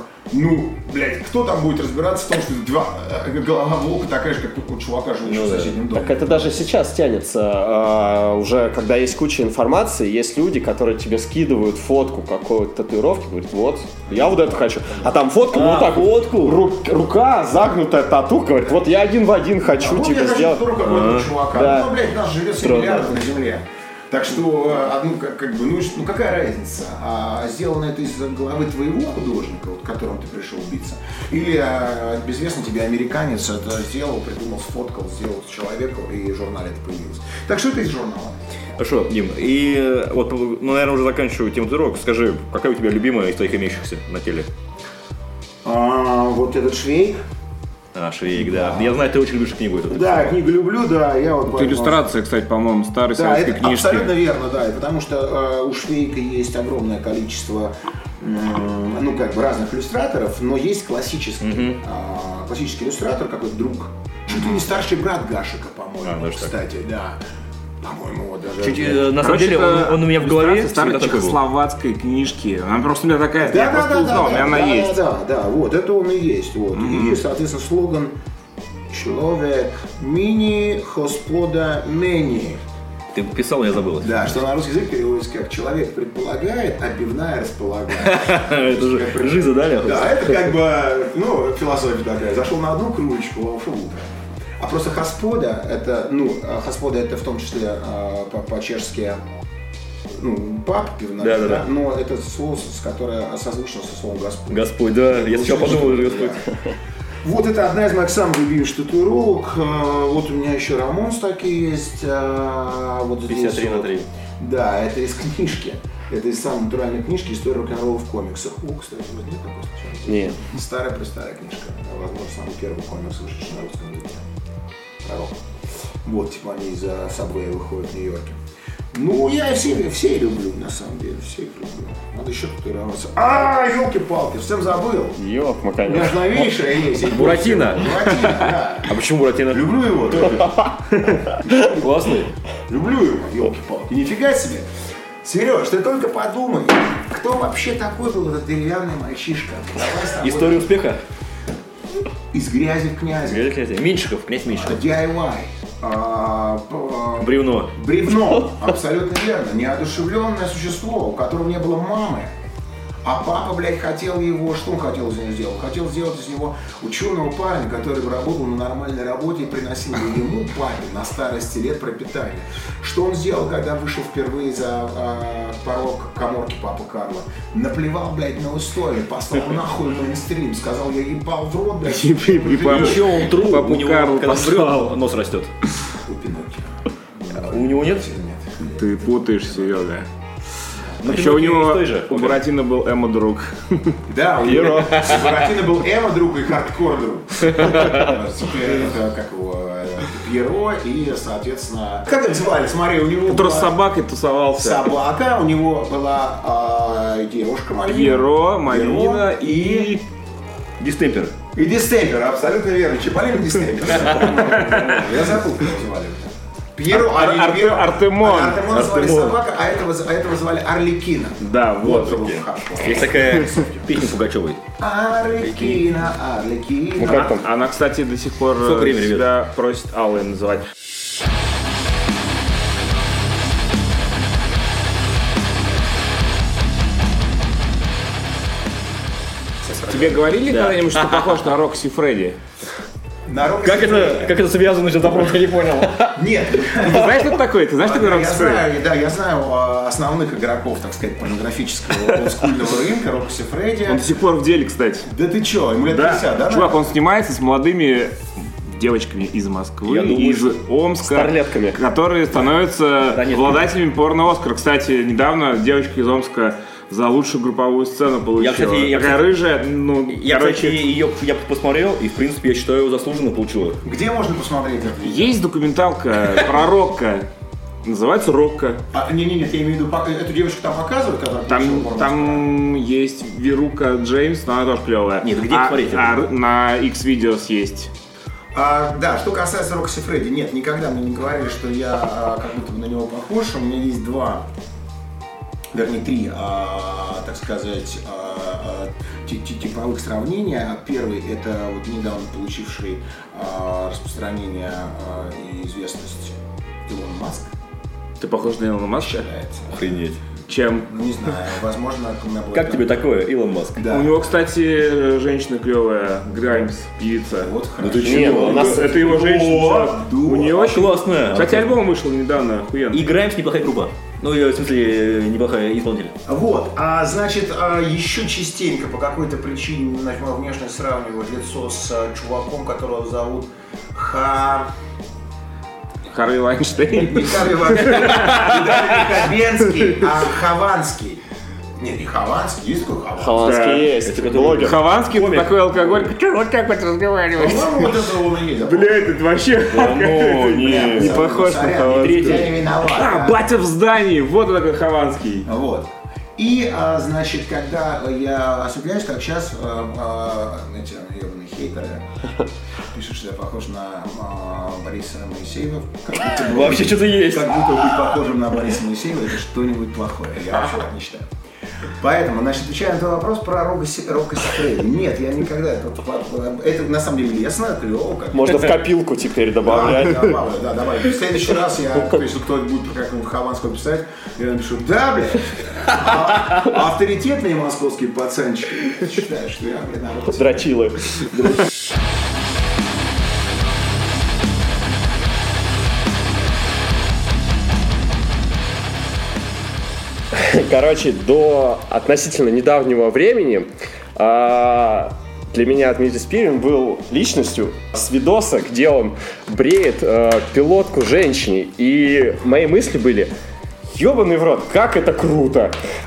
Кто там будет разбираться в том, что голова волка такая же, как у чувака, живущего в соседнем доме? Так это даже сейчас тянется. Уже когда есть куча информации, есть люди, которые тебе скидывают фотку какой-то татуировки, говорят, вот, я вот это хочу. А там фотка, рука загнутая, тату, говорит, вот я один в один хочу сделать. Я хочу татуировку какого-то чувака. Нас живет 7 миллиардов на земле. Так что, какая разница, сделано это из головы твоего художника, которым ты пришел биться, или безвестный тебе американец это сделал, придумал, сфоткал, сделал человеку, и в журнале это появилось. Так что это из журнала. Хорошо, Дим, и вот, наверное, уже заканчиваю тему татуировок. Скажи, какая у тебя любимая из твоих имеющихся на теле? Вот этот Швейк. Швейк, да. Я знаю, ты очень любишь книгу эту. Да, книгу люблю, да. Это иллюстрация, кстати, по-моему, старой советской книжки. Абсолютно верно, да. И потому что у Швейка есть огромное количество разных иллюстраторов, но есть классический иллюстратор, какой-то друг. Чуть ли не старший брат Гашика, по-моему, кстати, да. По-моему, вот даже... на самом деле, он у меня в голове старой чехословацкой книжки. Она просто у меня такая, я просто узнал, у меня она есть. Да, вот, это он и есть. Вот. И, соответственно, слоган «Человек мини, господа мени». Ты писал, я забыл. Да, что на русский язык переводится как «человек предполагает, а пивная располагает». Это же жиза, да, Леха? Да, это как бы, философия такая. Зашел на одну кружечку, ушел утром. А просто господа, это в том числе по-чешски, паб, пивная, да, но это слово, которое созвучно со словом Господь. Господь, да, я сначала подумал, уже Господь. Вот это одна из моих самых любимых татуировок. Вот у меня еще Рамонс такие есть. Вот здесь 53/3. Да, это из книжки. Это из самой натуральной книжки «История рок-н-ролла в комиксах». О, кстати, вот нет такой случайно? Нет. Старая-престарая книжка. Возможно, самый первый комикс, вышедший на русском языке. Про рок. Вот, типа они из Сабвея выходят в Нью-Йорке. Ну, я все люблю, на самом деле, все их люблю. Надо еще татуироваться. Елки-палки, совсем забыл. Ёп, У меня конечно. же новейшая есть. Буратино? Буратино, да. А почему Буратино? Люблю его тоже. Классный. Люблю его, елки-палки. Нифига себе. Сереж, ты только подумай, кто вообще такой был этот деревянный мальчишка? Давай с тобой. История успеха? Из грязи в князи. Меньшиков, князь Меньшиков. DIY. Бревно. Бревно, абсолютно верно. Неодушевленное существо, у которого не было мамы. А папа, блядь, хотел его... Что он хотел из него сделать? Хотел сделать из него ученого парня, который бы работал на нормальной работе и приносил ему, папе, на старости лет пропитание. Что он сделал, когда вышел впервые за порог каморки папы Карла? Наплевал, блядь, на условия, послал нахуй мейнстрим, сказал, я ебал в рот, блядь. Еще он труп, Папу у него, Карлу когда послал. врет, нос растет. У Пиноккио. У него нет? Нет. Ты путаешь, Серега. Ну, Еще у него, той же. у Буратино был эмо-друг. Да, у Буратино был эмо-друг и хардкор-друг. Это как его, Пьеро и, соответственно... Как их звали? Смотри, у него Который с была собакой тусовался. собака, у него была девушка Мальвина. Пьеро, Мальвина и... Дистемпер. И Дистемпер, абсолютно верно. Чиполлино Дистемпер. Я забыл, как его звали. Пьеро, Артемон. Артемон звали собака, а этого звали Орликина. Да, вот. кто был в хардкоре. Есть такая песня Пугачевой. Орликина, Орликина. Как там? Она, кстати, до сих пор Сколько времени, себя просит Аллой называть. Тебе говорили когда-нибудь, что похож на Рокси Фредди? Как это связано, что вопрос я не понял. Нет. Ты знаешь, кто это такой? Ты знаешь, что такое Я Рокси Фредди? знаю, да, я знаю основных игроков, так сказать, порнографического олдскульного рынка, Рокси Фредди. Он до сих пор в деле, кстати. Да ты чё, ему лет Да, 50, да? чувак, он снимается с молодыми девочками из Москвы, Я думаю, из Омска, старлетками. которые становятся Да нет. обладателями порно-Оскара. Кстати, недавно девочка изОмска за лучшую групповую сцену получила. кстати, Такая рыжая, ну, Я, кстати, ее посмотрел, и, в принципе, я считаю, заслуженно получила. Где можно посмотреть это видео? Есть документалка про Рокко, называется «Рокко». Нет, я имею в виду, эту девушку там показывают, которая получила порно-оскар? Там есть Верука Джеймс, но она тоже клевая. Нет, где посмотреть? На X-Videos есть. Да, что касается Рокси Фредди, нет, никогда мне не говорили, что я как будто бы на него похож. У меня есть три, так сказать, типовых сравнения. Первый — это вот недавно получивший распространение и известность Илон Маск. Ты похож на Илона Маска? Считается. Охренеть. Чем? Ну, не знаю, возможно, у меня была... Как тебе такое, Илон Маск? Да. У него, кстати, женщина клевая, Граймс, певица. Вот Ну хорошо. ты чё? у нас- Это его женщина. У нее очень... Классная. Кстати, альбом вышел недавно, охуенно. И Граймс неплохая группа. Ну, в смысле, неплохая исполнитель. Вот, значит, еще частенько по какой-то причине, значит, мою внешность сравнивают лицо с чуваком, которого зовут Харви Вайнштейн. Не Харви Вайнштейн, и даже не Хабенский, а Хованский. Нет, не Хованский, есть такой Хованский? Хованский Да. есть, Это блогер. Хованский это такой алкоголь, который вот так вот разговаривает. По-моему, вот это он и есть. Блядь, это вообще Ну, не похож на Сорян, Хованского. я не виноват. А, батя в здании, вот он такой Хованский. Вот. И, значит, когда я осветляюсь, как сейчас, эти ебаные хейтеры пишут, что я похож на Бориса Моисеева. Как будто бы- Вообще что-то есть. Как будто быть похожим на Бориса Моисеева — это что-нибудь плохое. Я вообще так не считаю. Поэтому, значит, отвечая на твой вопрос про Рокси Фредди. Нет, я никогда... Это на самом деле лестно, клево. Как... Можно в копилку теперь добавлять. Да, добавлю. В следующий раз если кто-то будет как-нибудь Хованского писать, я напишу: да, блядь, авторитетные московские пацанчики считают, что я, блин, народ. Дрочилы. Короче, до относительно недавнего времени для меня Дмитрий Спирин был личностью с видоса, где он бреет пилотку женщине. И мои мысли были: ёбаный в рот, как это круто!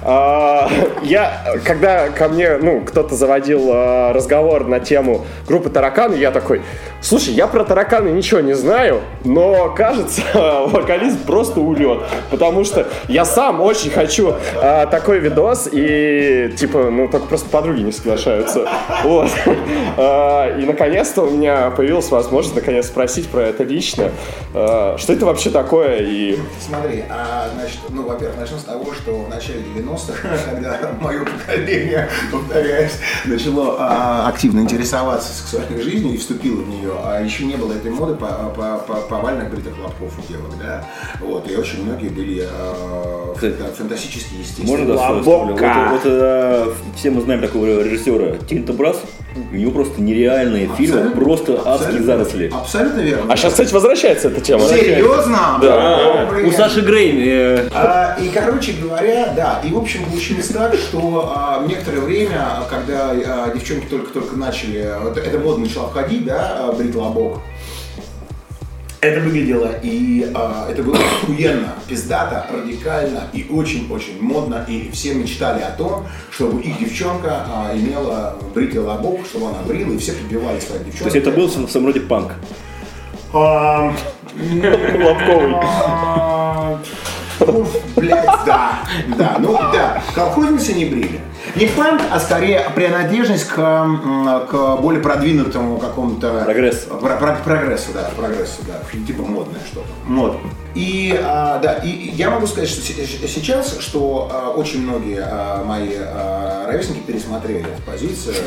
Когда ко мне, кто-то заводил разговор на тему группы «Тараканы», я такой: слушай, я про «Тараканы» ничего не знаю, но, кажется, вокалист просто улет, потому что я сам очень хочу такой видос, и, только просто подруги не соглашаются. Вот. И, наконец-то, у меня появилась возможность, наконец, спросить про это лично. Что это вообще такое? И... Смотри, во-первых, начну с того, что в начале 90-х, когда мое поколение, повторяюсь, начало активно интересоваться сексуальной жизнью и вступило в нее, а еще не было этой моды повальных бритых лобков у девок, да, вот, и очень многие были фантастически естественные. Можно вот все мы знаем такого режиссера Тинто Брас, у него просто нереальные фильмы, просто адские заросли. Абсолютно верно. А сейчас, кстати, возвращается эта тема. Серьезно? Да. У Саши Грей. И, короче говоря, да, и в общем получилось так, что некоторое время, когда девчонки только начали, эта мода начала входить, да, брить лобок, это выглядело, и это было охуенно, пиздато, радикально и очень-очень модно, и все мечтали о том, чтобы их девчонка имела бритый лобок, чтобы она брила, и все прибивали своих девчонок. То есть это был в своем роде панк? Лобковый. Блять, да. Колхозницы не брили. Не панк, а скорее принадлежность к более продвинутому какому-то... Прогрессу, да. Типа модное что-то. Мод. И я могу сказать, что сейчас, что очень многие мои ровесники пересмотрели эту позицию.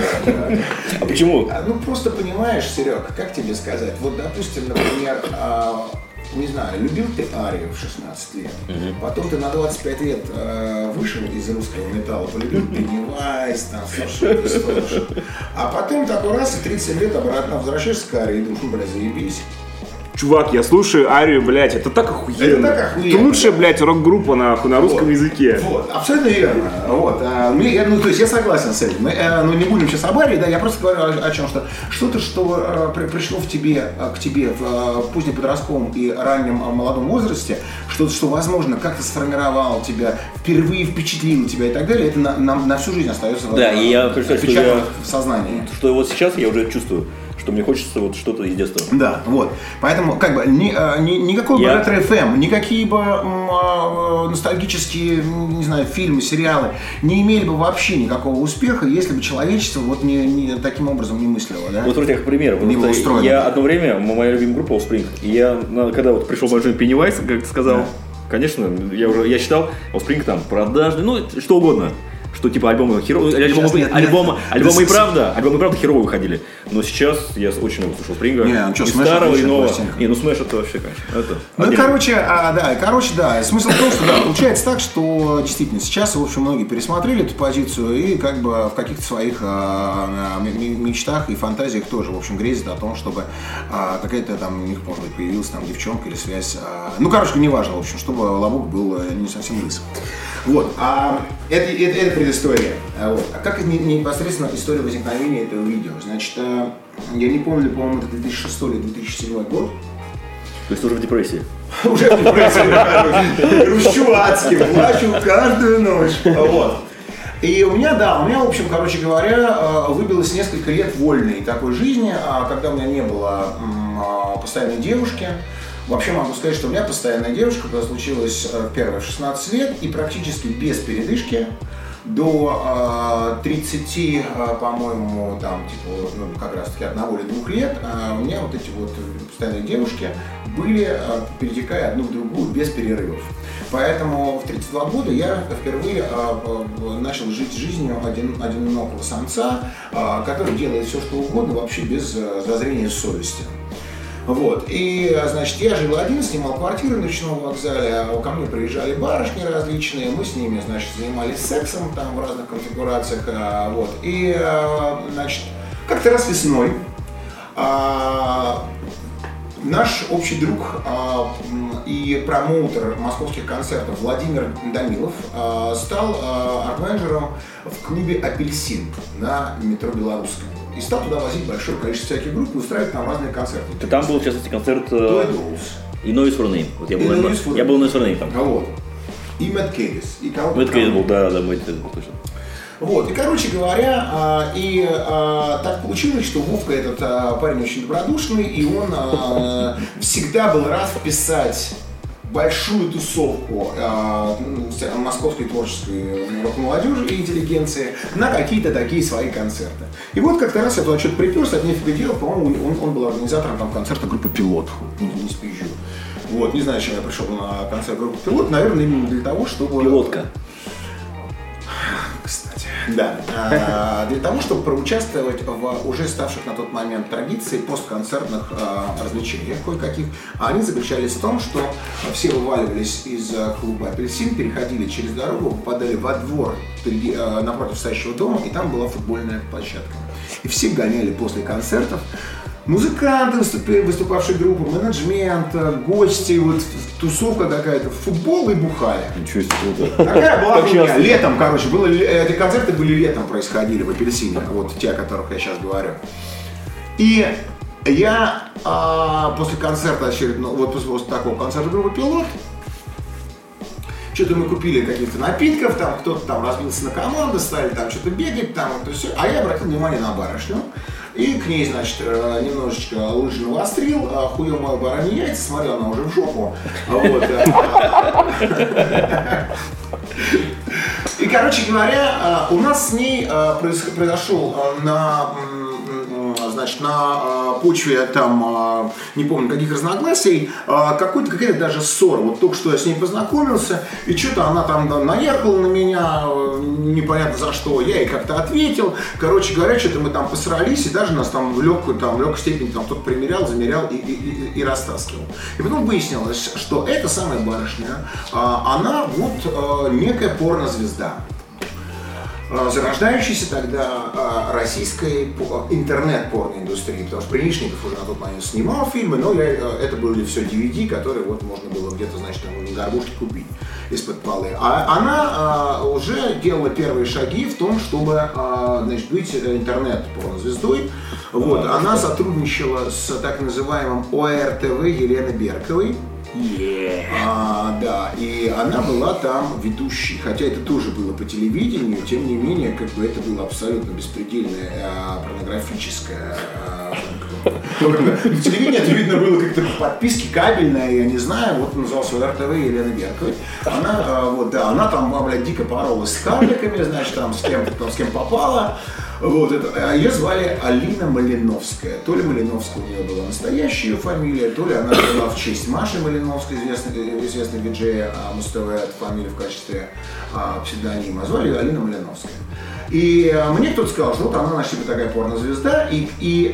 А почему? Просто понимаешь, Серег, как тебе сказать? Вот, допустим, например, не знаю, любил ты Арию в 16 лет, потом ты на 25 лет вышел из русского металла, полюбил Пеннивайз, там, а потом такой раз и 37 лет обратно возвращаешься к Арии и думаешь, заебись. Чувак, я слушаю Арию, блядь, это так охуенно. Это лучшая, блядь, рок-группа на русском языке. Вот, абсолютно верно. Вот. То есть я согласен с этим. Не будем сейчас об Арии, да, я просто говорю о чем, что что-то, что пришло к тебе в позднем подростковом и раннем молодом возрасте, что-то, что, возможно, как-то сформировало тебя, впервые впечатлило тебя и так далее, это на всю жизнь остается в сознании. Что вот сейчас я уже чувствую, что мне хочется вот что-то из детства. Да, вот. Поэтому, никакой бы ретро-ФМ, никакие бы ностальгические, не знаю, фильмы, сериалы не имели бы вообще никакого успеха, если бы человечество вот не таким образом не мыслило, да? Вот вроде как пример. Я одно время, моя любимая группа Offspring, и я, когда вот пришел большой Пеннивайз, как ты сказал, конечно, я считал Offspring там продажный, что угодно. Что типа альбомы и правда херово выходили. Но сейчас я очень много слушал Спринга. И старого, и нового. Смэш это вообще, конечно. Да. Смысл в том, что получается так, что действительно сейчас, в общем, многие пересмотрели эту позицию и как бы в каких-то своих мечтах и фантазиях тоже, в общем, грезят о том, чтобы какая-то там у них, может быть, появилась там девчонка или связь. Неважно, в общем, чтобы лобок был не совсем лысый. Вот. Это предыстория. Вот. А как непосредственно история возникновения этого видео? Значит, я не помню, по-моему, это 2006 или 2007 год. То есть уже в депрессии? Уже в депрессии. Грущу адски, плачу каждую ночь. Вот. И у меня, в общем, короче говоря, выбилось несколько лет вольной такой жизни, когда у меня не было постоянной девушки. Вообще могу сказать, что у меня постоянная девушка, когда случилась первая в 16 лет, и практически без передышки до 30, по-моему, как раз таки 1 или 2 лет, у меня вот эти вот постоянные девушки были, перетекая одну в другую без перерывов. Поэтому в 32 года я впервые начал жить жизнью одинокого самца, который делает все, что угодно, вообще без зазрения совести. Вот. И, значит, я жил один, снимал квартиру на Речном вокзале, ко мне приезжали барышни различные, мы с ними, значит, занимались сексом там в разных конфигурациях, вот. И, значит, как-то раз весной наш общий друг и промоутер московских концертов Владимир Данилов стал арт-менеджером в клубе «Апельсин» на метро Белорусском. и стал туда возить большое количество всяких групп и устраивать там разные концерты. Ты там был, в частности, концерт Toy и Noise for Name. Вот я был Noise for Name там. Вот. И Мэтт Кэдис. Мэтт Кэдис был, да, Мэтт Кэдис был точно. Вот, и, короче говоря, так получилось, что Вовка этот парень очень добродушный, и он всегда был рад вписать большую тусовку московской творческой молодежи и интеллигенции на какие-то такие свои концерты. И вот как-то раз я туда что-то приперся, от нефига делать, по-моему, он был организатором там концерта группы «Пилот», не спизжу. Вот, не знаю, чем я пришел на концерт группы «Пилот», наверное, именно для того, чтобы... Пилотка. Кстати, да. Для того, чтобы проучаствовать в уже ставших на тот момент традиции постконцертных развлечениях кое-каких, они заключались в том, что все вываливались из клуба «Апельсин», переходили через дорогу, попадали во двор напротив стоящего дома, и там была футбольная площадка. И все гоняли после концертов. Музыканты, выступавшие группы, менеджмент, гости, вот тусовка какая-то, футбол и бухали. Ничего себе, круто. Такая была хуйня. Летом, короче, эти концерты были летом происходили в «Апельсине», вот те, о которых я сейчас говорю. И я после концерта очередного, вот после такого концерта группы «Пилот», что-то мы купили каких-то напитков, там кто-то там разбился на команду, стали там что-то бегать, там вот все. А я обратил внимание на барышню. И к ней, значит, немножечко лыжи навострил, хуёвые бараньи яйца, смотрел, она уже в жопу. Вот. И, короче говоря, у нас с ней произошел на почве там, не помню, каких разногласий, какая-то даже ссора. Вот только что я с ней познакомился, и что-то она там наехала на меня, непонятно за что, я ей как-то ответил. Короче говоря, что-то мы там посрались, и даже нас там в легкой степени там кто-то примерял, замерял и растаскивал. И потом выяснилось, что эта самая барышня, она вот некая порнозвезда. Зарождающейся тогда российской интернет-порно-индустрии, потому что Приличников уже на тот момент снимал фильмы, но это были все DVD, которые вот можно было где-то, значит, на горбушке купить из-под полы. А она уже делала первые шаги в том, чтобы, значит, быть интернет-порно-звездой. Вот, она сотрудничала с так называемым ОРТВ Еленой Берковой. Да, и она была там ведущей, хотя это тоже было по телевидению, тем не менее, как бы это было абсолютно беспредельное порнографическое. Телевидение, это видно было как-то по подписке кабельное, я не знаю, вот назывался РТВ Елена Берковой. Она там, блядь, дико поролась с карликами, значит, там с кем попала. Вот это. Ее звали Алина Малиновская. То ли Малиновская у нее была настоящая ее фамилия, то ли она была в честь Маши Малиновской, известной диджея Муз-ТВ, от фамилии в качестве псевдонима. Звали ее Алина Малиновская. И мне кто-то сказал, что вот она, значит, такая порнозвезда, и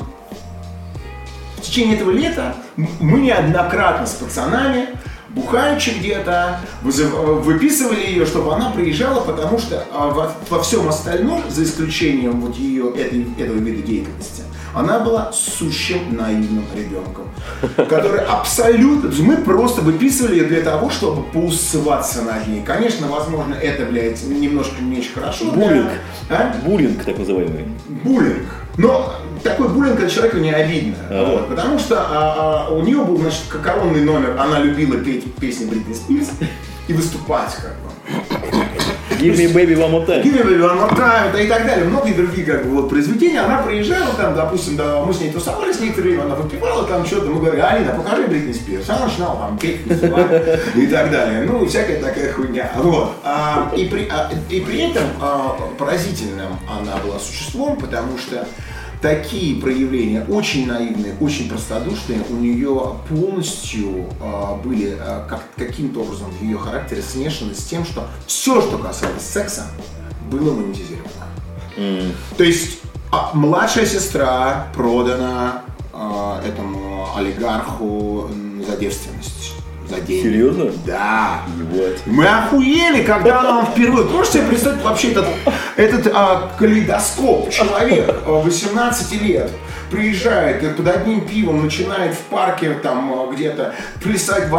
в течение этого лета мы неоднократно с пацанами, бухаючи где-то, выписывали ее, чтобы она приезжала, потому что во всем остальном, за исключением вот ее этого вида деятельности, она была сущим наивным ребенком, который абсолютно... Мы просто выписывали ее для того, чтобы поусываться над ней. Конечно, возможно, это, блядь, немножко не очень хорошо. Буллинг. Буллинг, так называемый. Буллинг. Но такой буллинг от человека не обидно. Вот, потому что у нее был, значит, коронный номер. Она любила петь песни Бритни Спирс и выступать как бы. Give me baby one more time. Give me baby one more time, и так далее. Многие другие как бы, вот, произведения. Она приезжала там, допустим, да, мы с ней тусовались некоторое время, она выпивала там что-то. Мы говорили: Алина, покажи Бритни Спирс. Она начинала там петь и так далее. Ну, всякая такая хуйня. Вот. И при этом поразительным она была существом, потому что такие проявления, очень наивные, очень простодушные, у нее полностью были каким-то образом в ее характере смешаны с тем, что все, что касалось секса, было монетизировано. То есть младшая сестра продана этому олигарху за девственность. За деньги. Серьезно? Да. Ебать. Мы охуели, когда она нам впервые... Можете себе представить вообще этот калейдоскоп? Человек 18 лет приезжает под одним пивом, начинает в парке там где-то плясать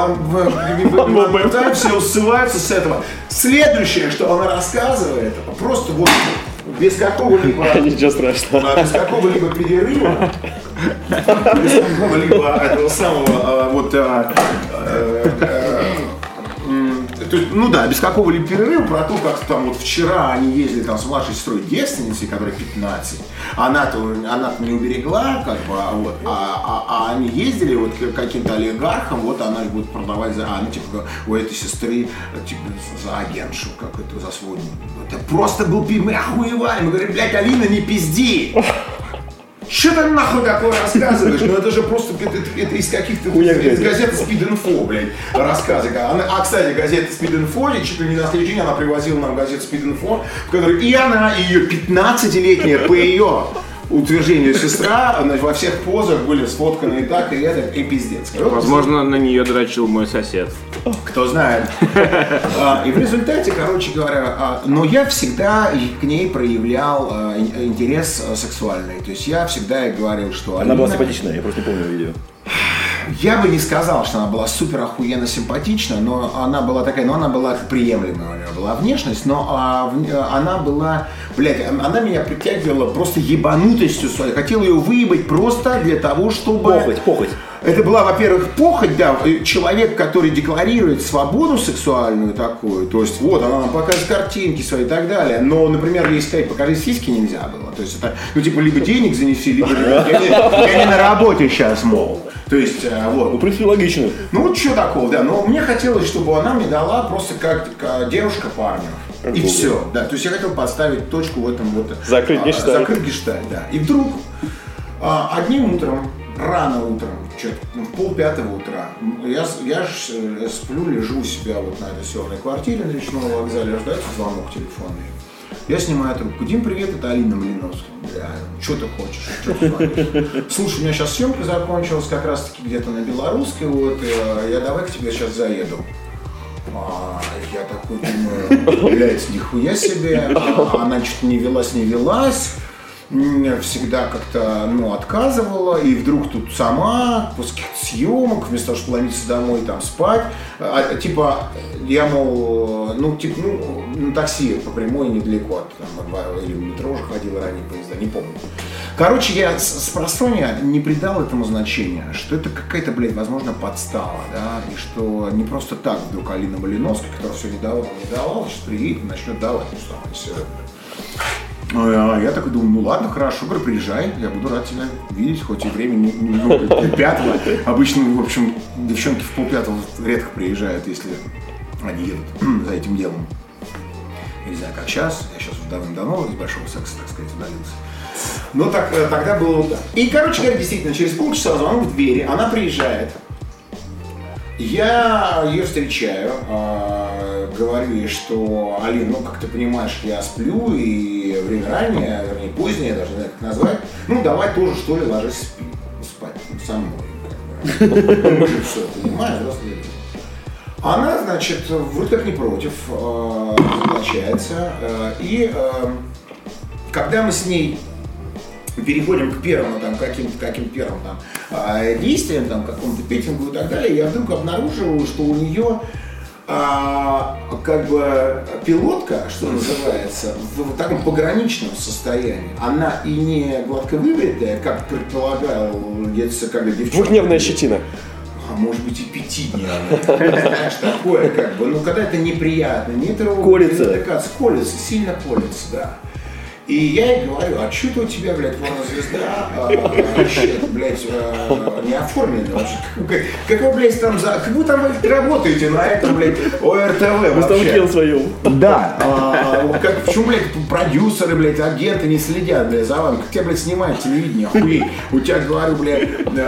все усываются с этого. Следующее, что она рассказывает, просто вот без какого-либо... Ничего страшного. Без какого-либо перерыва, без какого-либо этого самого вот... То есть, ну да, без какого-либо перерыва про то, как там вот вчера они ездили там с младшей сестрой девственницей, которой 15, она-то не уберегла, как бы, а они ездили вот к каким-то олигархам, вот она их будет продавать типа, у этой сестры, типа, за агентшу какую-то, за свой. Это просто был мы охуевали, мы говорим, блядь, Алина, не пизди! Что ты нахуй такое рассказываешь? Ну это же просто это из каких-то из газеты Speed.Info, блядь, рассказы. Кстати, газета Speed.Info, чуть ли не на следующий день она привозила нам газету Speed.Info, в которой и она, и ее 15-летняя по ее утверждению сестра во всех позах были сфотканы и так, и это, и пиздец. Возможно, на нее дрочил мой сосед. Кто знает. И в результате, короче говоря, но я всегда к ней проявлял интерес сексуальный. То есть я всегда ей говорил, что она была симпатичная, я просто не помню видео. Я бы не сказал, что она была супер охуенно симпатична, но она была такая, но она была приемлемая, у нее была внешность, но она была, блядь, она меня притягивала просто ебанутостью своей, хотел ее выебать просто для того, чтобы... Похоть. Это была, во-первых, похоть, да, человек, который декларирует свободу сексуальную такую, то есть вот, она нам показывает картинки свои и так далее, но, например, ей сказать, покажи сиськи нельзя было, то есть это, ну, типа, либо денег занеси, либо я не на работе сейчас, мол. То есть, вот. Ну, в принципе, логично. Ну, вот что такого, да, но мне хотелось, чтобы она мне дала просто как девушка парню. И все, да, то есть я хотел поставить точку в этом вот... Закрыть гештальт. Закрыть гештальт, да. И вдруг одним утром, рано утром, в 4:30 утра, я сплю, лежу у себя вот на этой съемной квартире на Речном вокзале, раздается звонок телефонный. Я снимаю трубку. Дим, привет, это Алина Малиновская. Бля, что ты хочешь? Что ты звонишь? Слушай, у меня сейчас съемка закончилась как раз таки где-то на Белорусской, вот, я давай к тебе сейчас заеду. Я такой думаю, блядь, нихуя себе, она что-то не велась, всегда как-то, ну, отказывала, и вдруг тут сама, после каких-то съемок, вместо того, чтобы ломиться домой, там, спать, типа, я, мол, ну, типа, ну, на такси по прямой недалеко, там, или в метро уже ходила ранее поезда, не помню. Короче, я с просонья не придал этому значения, что это какая-то, блядь, возможно, подстава, да, и что не просто так вдруг Алина Малиновская, которая все не давала, сейчас приедет и начнет давать, ну, что она все. Я такой думаю, ну ладно, хорошо, говорю, приезжай, я буду рад тебя видеть, хоть и времени, ну, 5:00. Обычно, в общем, девчонки в 4:30 редко приезжают, если они едут за этим делом. Я не знаю, как сейчас, я сейчас давным-давно из большого секса, так сказать, удалился. Но тогда было вот так. И, короче говоря, действительно, через полчаса звонок в двери, она приезжает. Я ее встречаю, говорю ей, что, Алин, ну, как ты понимаешь, я сплю, и время раннее, вернее, позднее, даже не знаю, как назвать. Ну, давай тоже, что ли, ложись спать со мной. Мы же все понимаем, взрослые люди. Она, значит, вроде как не против, соглашается. И когда мы с ней переходим к первому, там, каким первым там, действиям, там, какому-то петингу и так далее, я вдруг обнаруживаю, что у нее как бы пилотка, что называется, в таком пограничном состоянии. Она и не гладко выбритая, как предполагал, когда девчонка... Двухдневная щетина. А может быть и 5-дневная. Знаешь, такое как бы, ну когда это неприятно, не трогать, колется, сильно колется, да. И я ей говорю, а что это у тебя, блядь, порнозвезда, вообще, блядь, не оформлена вообще? Как вы, блядь, там, как вы там работаете на этом, блядь, ОРТВ вообще? Своем. Да, почему, блядь, продюсеры, блядь, агенты не следят, блядь, за вами? Как тебя, блядь, снимают телевидение, охуеть? У тебя, говорю, блядь,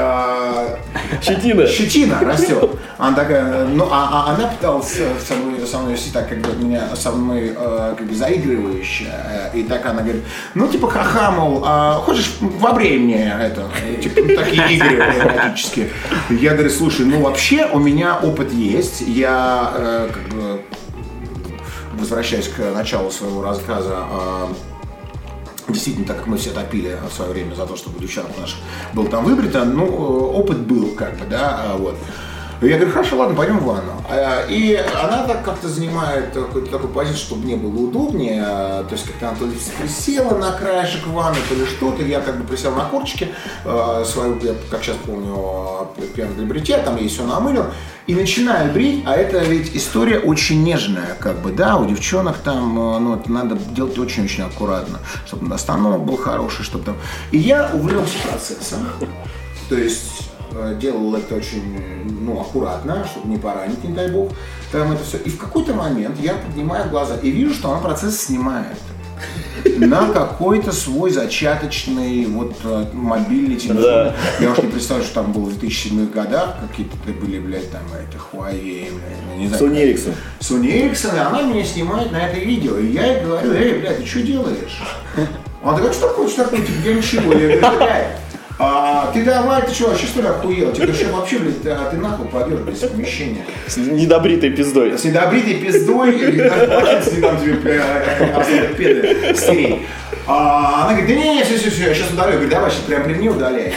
щетина растет. Она такая, ну, она пыталась со мной вести так, как бы, меня со мной, как бы, заигрывающая, и так она говорит, ну, типа, ха-ха, мол, хочешь, побрей мне это, типа, такие игры эротические. Я говорю, слушай, ну, вообще, у меня опыт есть, я, как бы, возвращаясь к началу своего рассказа, действительно, так как мы все топили в свое время за то, чтобы девчонок наших был там выбрито, ну, опыт был, как бы, да, вот. Я говорю, хорошо, ладно, пойдем в ванну. И она так как-то занимает такую позицию, чтобы мне было удобнее. То есть как-то она то ли присела на краешек ванны, то ли что-то. Я как бы присел на корточки свою, я, как сейчас помню, пену для бритья, там я все намылил. И начинаю брить, а это ведь история очень нежная, как бы, да, у девчонок там, ну, это надо делать очень-очень аккуратно, чтобы остановок был хороший, чтобы там... И я увлекся процессом, то есть делал это очень, ну, аккуратно, чтобы не поранить, не дай бог, там это все. И в какой-то момент я поднимаю глаза и вижу, что она процесс снимает на какой-то свой зачаточный вот мобильный телефон. Да. Я уж не представляю, что там было в 2007 годах, какие-то были, блядь, там, это, Huawei, не знаю. Sony Ericsson. Sony Ericsson, и она меня снимает на это видео. И я ей говорю, блядь, ты что делаешь? Она такая, что такое, типа, я ничего. Я говорю, блядь, ты давай, ты что, вообще что ли охуел? Тебе что вообще, блядь, ты нахуй пойдешь без помещения? С недобритой пиздой. С недобритой пиздой, и даже плачется, там тебе педы стереть. Она говорит, да не, все, я сейчас удалю. Я говорю, давай, сейчас прям при мне удаляй.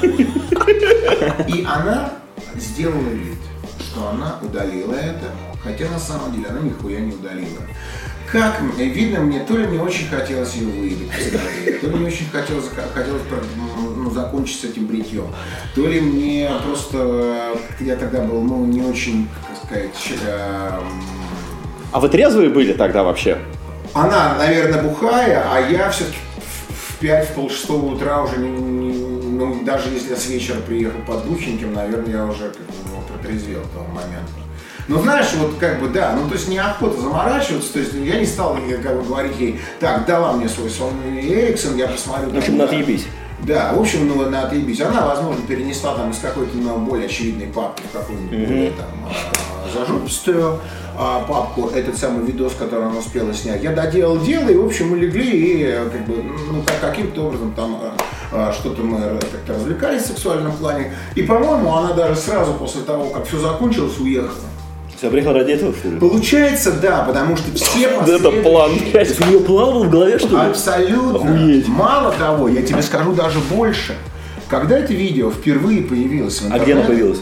И она сделала вид, что она удалила это, хотя на самом деле она нихуя не удалила. Как видно, мне то ли мне очень хотелось ее выебать, то ли мне очень хотелось закончить с этим бритьем, то ли мне просто, я тогда был, ну, не очень, как сказать... А вы трезвые были тогда вообще? Она, наверное, бухая, а я все-таки в 5-6 утра уже, ну, даже если я с вечера приехал подбухеньким, наверное, я уже протрезвел к тому моменту. Ну, знаешь, вот как бы, да, ну, то есть неохота заморачиваться, то есть я не стал как бы говорить ей, так, дала мне свой Sony Ericsson, я посмотрю. В общем, на отъебись. Да, в общем, ну, на отъебись. Она, возможно, перенесла там из какой-то, ну, более очевидной папки в какую-нибудь более, там, зажопистую папку, этот самый видос, который она успела снять. Я доделал дело, и, в общем, мы легли, и, как бы, ну, каким-то образом там что-то мы как-то развлекались в сексуальном плане. И, по-моему, она даже сразу после того, как все закончилось, уехала. Все, приехал ради этого, что ли? Получается, да, потому что все это план, блядь. У нее план был в голове, что ли? Абсолютно. Охуеть. Мало того, я тебе скажу даже больше. Когда это видео впервые появилось в интернете... А где оно появилось?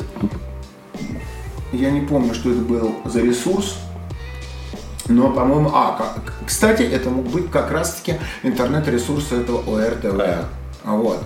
Я не помню, что это был за ресурс. Но, по-моему... кстати, это мог быть как раз-таки интернет-ресурс этого ОРТВ. Вот.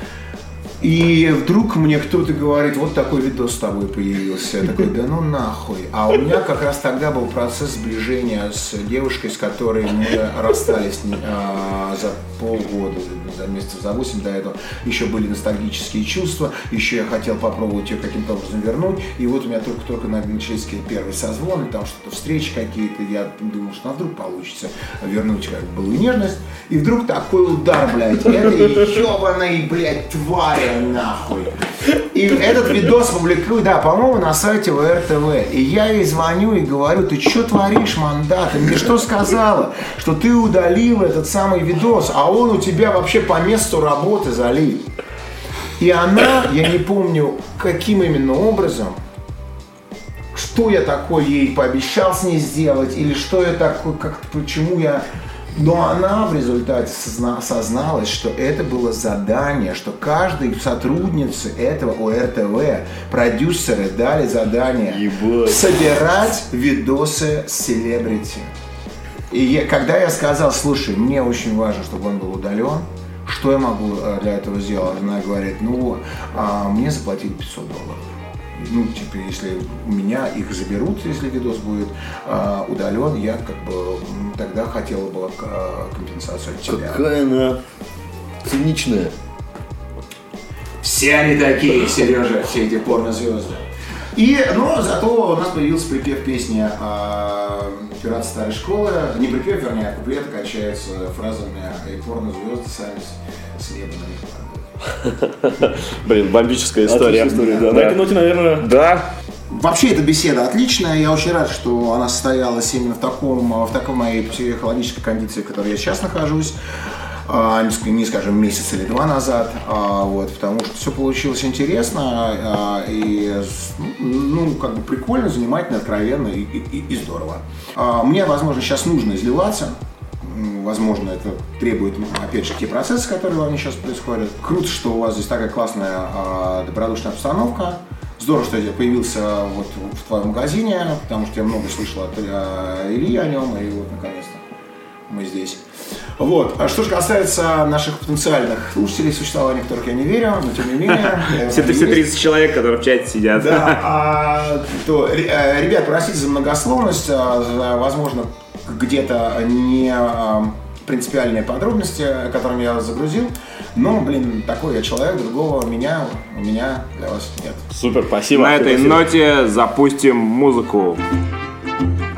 И вдруг мне кто-то говорит, вот такой видос с тобой появился. Я такой, да ну нахуй. А у меня как раз тогда был процесс сближения с девушкой, с которой мы расстались за полгода, за месяцев за 8 до этого. Еще были ностальгические чувства, еще я хотел попробовать ее каким-то образом вернуть. И вот у меня только начались первые созвоны, там что-то, встречи какие-то. Я думал, что вдруг получится вернуть как бы былую нежность. И вдруг такой удар, блядь, этой ебаной, блядь, твари. Нахуй. И этот видос публикую, да, по-моему, на сайте ВРТВ. И я ей звоню и говорю, ты что творишь, манда? Ты мне что сказала? Что ты удалил этот самый видос, а он у тебя вообще по месту работы залит. И она, я не помню, каким именно образом, что я такое ей пообещал с ней сделать, или что я такое, почему я... Но она в результате созналась, что это было задание, что каждой сотруднице этого ОРТВ продюсеры дали задание собирать видосы с селебрити. И когда я сказал, слушай, мне очень важно, чтобы он был удален, что я могу для этого сделать? Она говорит, мне заплатили $500. Ну, типа, если у меня их заберут, если видос будет удален, я как бы тогда хотела бы компенсацию от тебя. Какая она циничная. Все они такие, Сережа, все эти порнозвезды. Но зато у нас появился припев песни «Пираты старой школы». Не припев, вернее, а куплет качается фразами «И порнозвезды сами с неба на них падают». Блин, бомбическая история. Да. На этой ноте, наверное... Да. Вообще, эта беседа отличная. Я очень рад, что она состоялась именно в такой моей психологической кондиции, в которой я сейчас нахожусь. Не скажем, месяц или два назад. Потому что все получилось интересно и, как бы прикольно, занимательно, откровенно и здорово. Мне, возможно, сейчас нужно изливаться. Возможно, это требует, опять же, те процессы, которые у вас сейчас происходят. Круто, что у вас здесь такая классная, добродушная обстановка. Здорово, что я появился вот в твоем магазине, потому что я много слышал от Ильи о нем, и вот наконец-то мы здесь. Вот. А что же касается наших потенциальных слушателей, существования которых я не верю, но тем не менее... Все 30 человек, которые в чате сидят. Да, ребят, простите за многословность, за, возможно, где-то не принципиальные подробности, которыми я вас загрузил. Но, блин, такой я человек, другого у меня для вас нет. Супер, спасибо. На этой ноте запустим музыку.